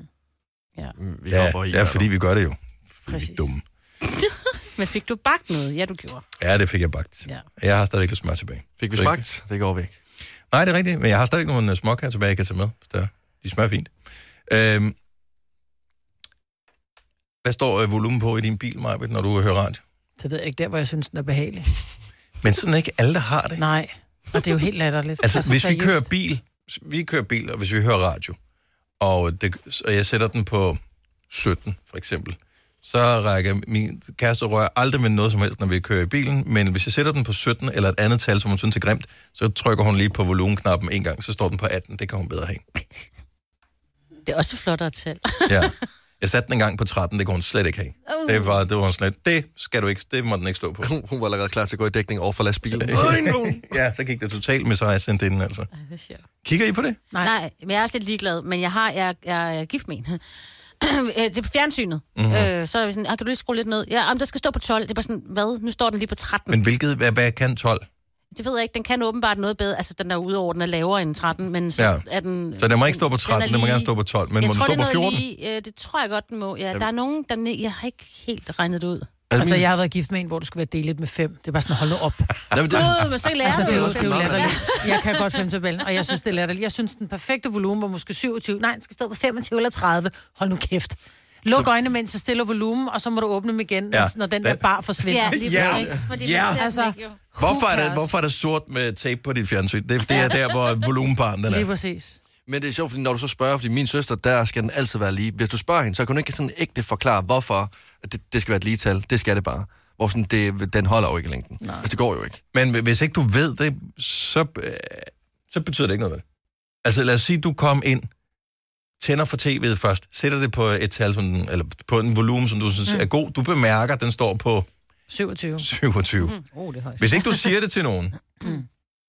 Ja. Vi Ja, hopper i. ja, fordi vi gør det jo. Fordi vi Præcis. er dumme. Men fik du bagt noget? Ja, du gjorde. Ja, det fik jeg bagt. Ja. Jeg har stadig lidt smør tilbage. Fik vi Så ikke- smagt? Det går væk. Nej, det er rigtigt, men jeg har stadig nogle småkager tilbage, jeg kan tage med. hvis der er. De smager fint. Øhm, hvad står øh, volumen på i din bil, Majbet, når du hører radio? Det ved jeg ikke, der hvor jeg synes, den er behagelig. Men sådan er ikke alle, der har det. Nej, og det er jo helt latterligt. Altså, altså hvis vi seriøst. kører bil, vi kører bil, og hvis vi hører radio, og, det, og jeg sætter den på sytten, for eksempel, så rækker min kæreste rører aldrig med noget som helst, når vi kører i bilen, men hvis jeg sætter den på sytten, eller et andet tal, som hun synes er grimt, så trykker hun lige på volumenknappen en gang, så står den på atten, det kan hun bedre have. Det er også flottere til. Ja. Jeg satte den en gang på tretten, det kunne hun slet ikke have. Uh. Det var, det var hun slet, det skal du ikke, det må den ikke stå på. Hun, hun var allerede klar til at gå i dækning over for lastbilen. Ja, så gik det totalt med sig, jeg sendte ind, altså. Ej, det er sjovt. Kigger I på det? Nej. Nej, men jeg er også lidt ligeglad, men jeg har, jeg, jeg er gift med en. Det er på fjernsynet. Mm-hmm. Øh, så er vi sådan, ah, kan du lige skrue lidt ned? Ja, om der skal stå på tolv. Det er bare sådan, hvad? Nu står den lige på tretten. Men hvilket, hvad, hvad kan tolv? Det ved jeg ikke. Den kan åbenbart noget bedre. Altså, den er udover, den er lavere end tretten, men så Ja. er den... Så den må ikke stå på den er tretten, den må lige- gerne stå på tolv, men jeg må den tror, stå det er på noget fjorten? Lige, øh, det tror jeg godt, den må. Ja, der er nogen, der... ne- Jeg har ikke helt regnet det ud. Altså, jeg har været gift med en, hvor du skulle være delt med fem. Det er bare sådan, hold nu op. Jamen, det, Gud, men så lærer Altså, du det er jo, jo. det er jo latterligt. Jeg kan godt femtabellen, og jeg synes, det er latterligt. Jeg synes, den perfekte volumen var måske syvogtyve. Nej, den skal stå på femogtyve eller tredive. Hold nu kæft. Luk så... øjnene, mens jeg stiller volumen, og så må du åbne dem igen, Ja, ja, når den, den der bar forsvinder. Ja, lige Ja. præcis. Fordi Ja. man ser Altså, den ikke, jo. Hvorfor er, Who det, cares? hvorfor er det sort med tape på dit fjernsyn? Det, det er der, hvor volumenbaren den Lige er. præcis. Men det er sjovt, fordi når du så spørger, fordi min søster, der skal den altid være lige. Hvis du spørger hende, så kan hun ikke sådan ægte forklare, hvorfor at det, det skal være et lige tal. Det skal det bare. Hvor sådan, det, den holder jo ikke i længden. Nej. Altså, det går jo ikke. Men hvis ikke du ved det, så, øh, så betyder det ikke noget. Altså lad os sige, du kom ind, tænder for tv'et først, sætter det på et tal, som, eller på en volumen, som du synes mm. er god. Du bemærker, at den står på syvogtyve. syvogtyve. Mm. Oh, det er højt. Hvis ikke du siger det til nogen, Mm.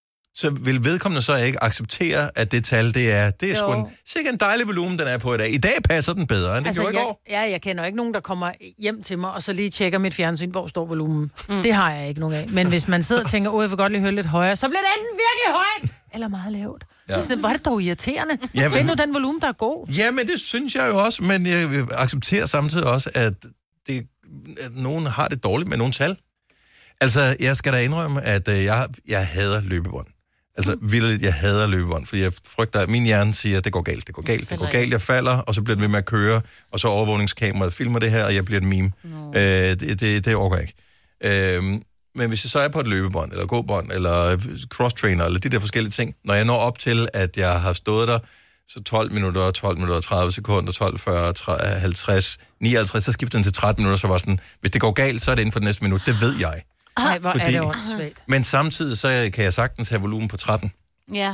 så vil vedkommende så ikke acceptere, at det tal, det er, det er sgu en, sikkert en dejlig volumen, den er på i dag. I dag passer den bedre, end det Altså, gjorde i jeg, går. ja, jeg kender ikke nogen, der kommer hjem til mig, og så lige tjekker mit fjernsyn, hvor står volumen. Mm. Det har jeg ikke nogen af. Men hvis man sidder og tænker, åh, jeg vil godt lige høre lidt højere, så bliver det enten virkelig højt, eller meget lavt. Ja. Ja. Sådan, hvor er det dog irriterende. Ja, Ja, men- Find nu den volumen, der er god. Ja, men det synes jeg jo også, men jeg accepterer samtidig også, at, det, at nogen har det dårligt med nogle tal. Altså, jeg skal da indrømme, at øh, jeg, jeg hader løbebånd. Altså, mm. vildt, jeg hader løbebånd, fordi jeg frygter, at min hjerne siger, at det går galt, det går galt, det går galt, jeg falder, og så bliver det ved med at køre, og så overvågningskameraet filmer det her, og jeg bliver et meme. No. Øh, det, det, det orker jeg ikke. Øh, men hvis jeg så er på et løbebånd, eller gåbånd, eller cross-trainer, eller de der forskellige ting, når jeg når op til, at jeg har stået der, så tolv minutter, tolv minutter, tredive sekunder, tolv, fyrre, tredive, halvtreds, nioghalvtreds, så skifter den til tretten minutter, så var sådan, hvis det går galt, så er det inden for det næste minut, det ved jeg. Nej, hvor Fordi- er det åndssvagt. Men samtidig, så kan jeg sagtens have volumen på tretten. Ja.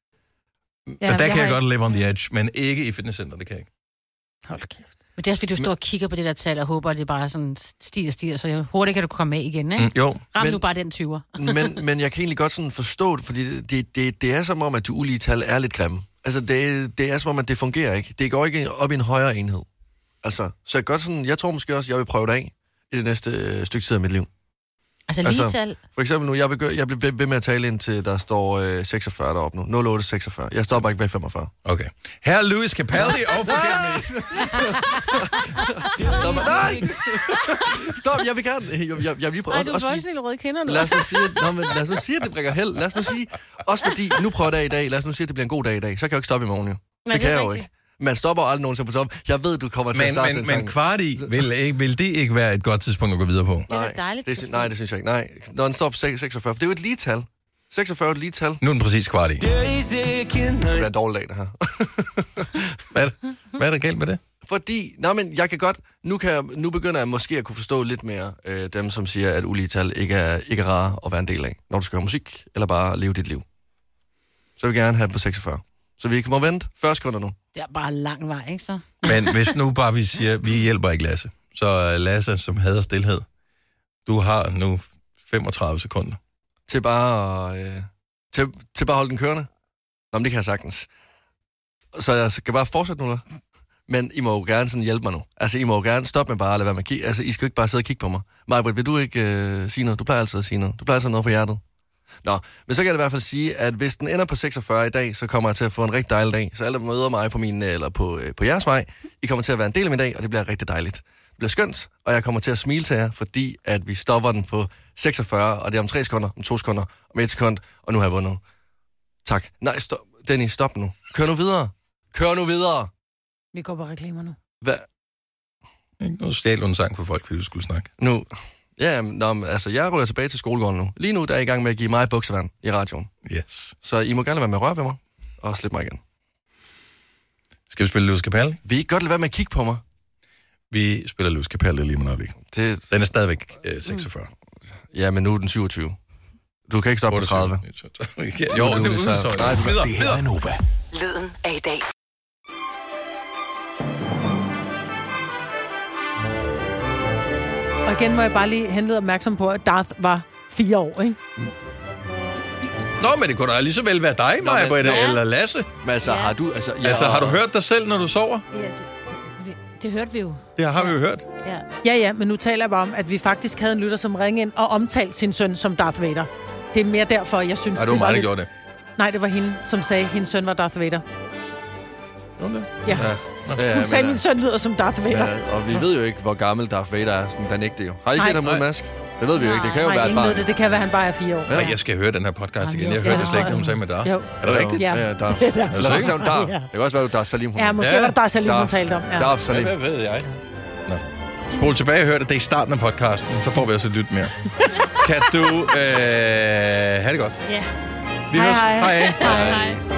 Ja, og der kan jeg, jeg godt live on the edge, men ikke i fitnesscenter, det kan jeg ikke. Hold kæft. Men det er også, fordi du står og kigger på det der tal, og håber, at det bare sådan stiger og stiger, så hurtigt kan du komme af igen, ikke? Mm, jo. Ram Men- nu bare den tyver. men, men jeg kan egentlig godt sådan forstå det, fordi det, det, det, det er som om, at de ulige tal er lidt grimme. Altså, det, det er som om, at det fungerer ikke. Det går ikke op i en højere enhed. Altså, så jeg, godt sådan, jeg tror måske også, at jeg vil prøve det af i det næste øh, stykke tid af mit liv. Altså lige tal. For eksempel nu, jeg, begyr, jeg bliver ved, ved med at tale ind til, der står øh, seksogfyrre deroppe nu. nul otte seksogfyrre. Jeg står bare ikke ved femogfyrre. Okay. Herre Louis Capaldi, og forgive me. Nå, men nej! Stop, jeg vil gerne. Jeg, jeg, jeg vil prøve, Ej, du også, får fordi- også lidt røde kinder nu. Lad os nu sige, at, nå, men lad os nu sige, at det bringer held. Lad os nu sige, også fordi, nu prøver jeg i dag, lad os nu sige, at det bliver en god dag i dag. Så kan jeg jo ikke stoppe i morgen, jo. Nej, det det kan er jeg jo rigtigt. ikke. Man stopper aldrig nogensinde på top. Jeg ved, du kommer til at Men, starte men, den men sang. kvart i, vil, ikke, vil det ikke være et godt tidspunkt at gå videre på? Nej, dejligt det, sy- nej, det synes jeg ikke. Nej, når den står på seksogfyrre, for det er jo et lige tal. seksogfyrre er et lige tal. Nu er den præcis kvart i. Det bliver en dårlig dag, det her. Hvad, hvad er der galt med det? Fordi, nej, men jeg kan godt, nu, kan jeg, nu begynder jeg måske at kunne forstå lidt mere øh, dem, som siger, at ulige tal ikke er, ikke er rare at være en del af, når du skal høre musik, eller bare leve dit liv. Så vil jeg gerne have det på seksogfyrre. Så vi må vente fyrre sekunder nu. Det er bare lang vej, ikke så? Men hvis nu bare vi siger, vi hjælper ikke Lasse, så Lasse, som hader stillhed, du har nu femogtredive sekunder. Til bare, øh, til, til bare at holde den kørende? Nå, men det kan jeg sagtens. Så jeg skal bare fortsætte nu, eller? Men I må jo gerne sådan hjælpe mig nu. Altså, I må jo gerne stoppe med bare at lade være med at kigge. Altså, I skal jo ikke bare sidde og kigge på mig. Majbrit, vil du ikke øh, sige noget? Du plejer altid at sige noget. Du plejer altid noget på hjertet. Nå, men så kan jeg i hvert fald sige, at hvis den ender på seksogfyrre i dag, så kommer jeg til at få en rigtig dejlig dag. Så alle, der møder mig på min, eller på, øh, på jeres vej, I kommer til at være en del af min dag, og det bliver rigtig dejligt. Det bliver skønt, og jeg kommer til at smile til jer, fordi at vi stopper den på seksogfyrre, og det er om tre sekunder, om to sekunder, om et sekund, og nu har jeg vundet. Tak. Nej, stop. Dennis, stop nu. Kør nu videre. Kør nu videre. Vi går på reklamer nu. Hvad? Nu stjal du en sang for folk, fordi du skulle snakke. Nu. Ja, men, nå, men, altså, jeg ryger tilbage til skolegården nu. Lige nu der er jeg i gang med at give mig buksevand i radioen. Yes. Så I må gerne være med at røre ved mig, og slippe mig igen. Skal vi spille Louis Capaldi? Vil I godt lade være med at kigge på mig? Vi spiller Louis Capaldi lige med øjeblik. Det... Den er stadigvæk øh, seksogfyrre. Ja, men nu er den syvogtyve. Du kan ikke stoppe på tredive. Jo, det er udsolgt. Nej, Videre, Det her er Nova. Lyden af i dag. Og igen må jeg bare lige henlede opmærksom på, at Darth var fire år, ikke? Nå, men det kunne da lige så vel være dig, Maja, men- ja. Nå. eller Lasse. Men altså, har du... Altså, ja, Altså, har du hørt dig selv, når du sover? Ja, det, det, det hørte vi jo. Det har vi jo hørt. Ja. Ja, ja, men nu taler jeg bare om, at vi faktisk havde en lytter, som ringede ind og omtalte sin søn som Darth Vader. Det er mere derfor, jeg synes... Har du meget, der lidt... gjorde det? Nej, det var hende, som sagde, at hendes søn var Darth Vader. Gjorde det? Ja. Ja. Ja, Hun sagde, at men, min søn lyder som Darth Vader. ja, og vi ved jo ikke, hvor gammel Darth Vader er. Sådan, den ægte jo. Har I Nej. set ham uden Nej. mask? Det ved vi jo ikke. Det kan jo Nej, være et ingen ved barn. det. Det kan være, at han bare er fire år. Ja. Ja. Jeg skal høre den her podcast igen. Jamen, Jeg jo. hørte Ja. slet ikke, hun sagde med dig. Jo. Er det rigtigt? Ja. Ja, Darth. Det er derfor. Eller så sagde hun Darth. Ja. Det kan også være, du Dar Salim. Hun Ja, måske Ja. var det Dar Salim, hun Darth. talte om. Ja. Darth Salim. Hvad ved jeg? Spol tilbage og hør det. Det er i starten af podcasten. Så får vi også et lyt mere. Kan du øh, have det godt? Ja. Vi hej, høres. Hej. Hej. hej. hej.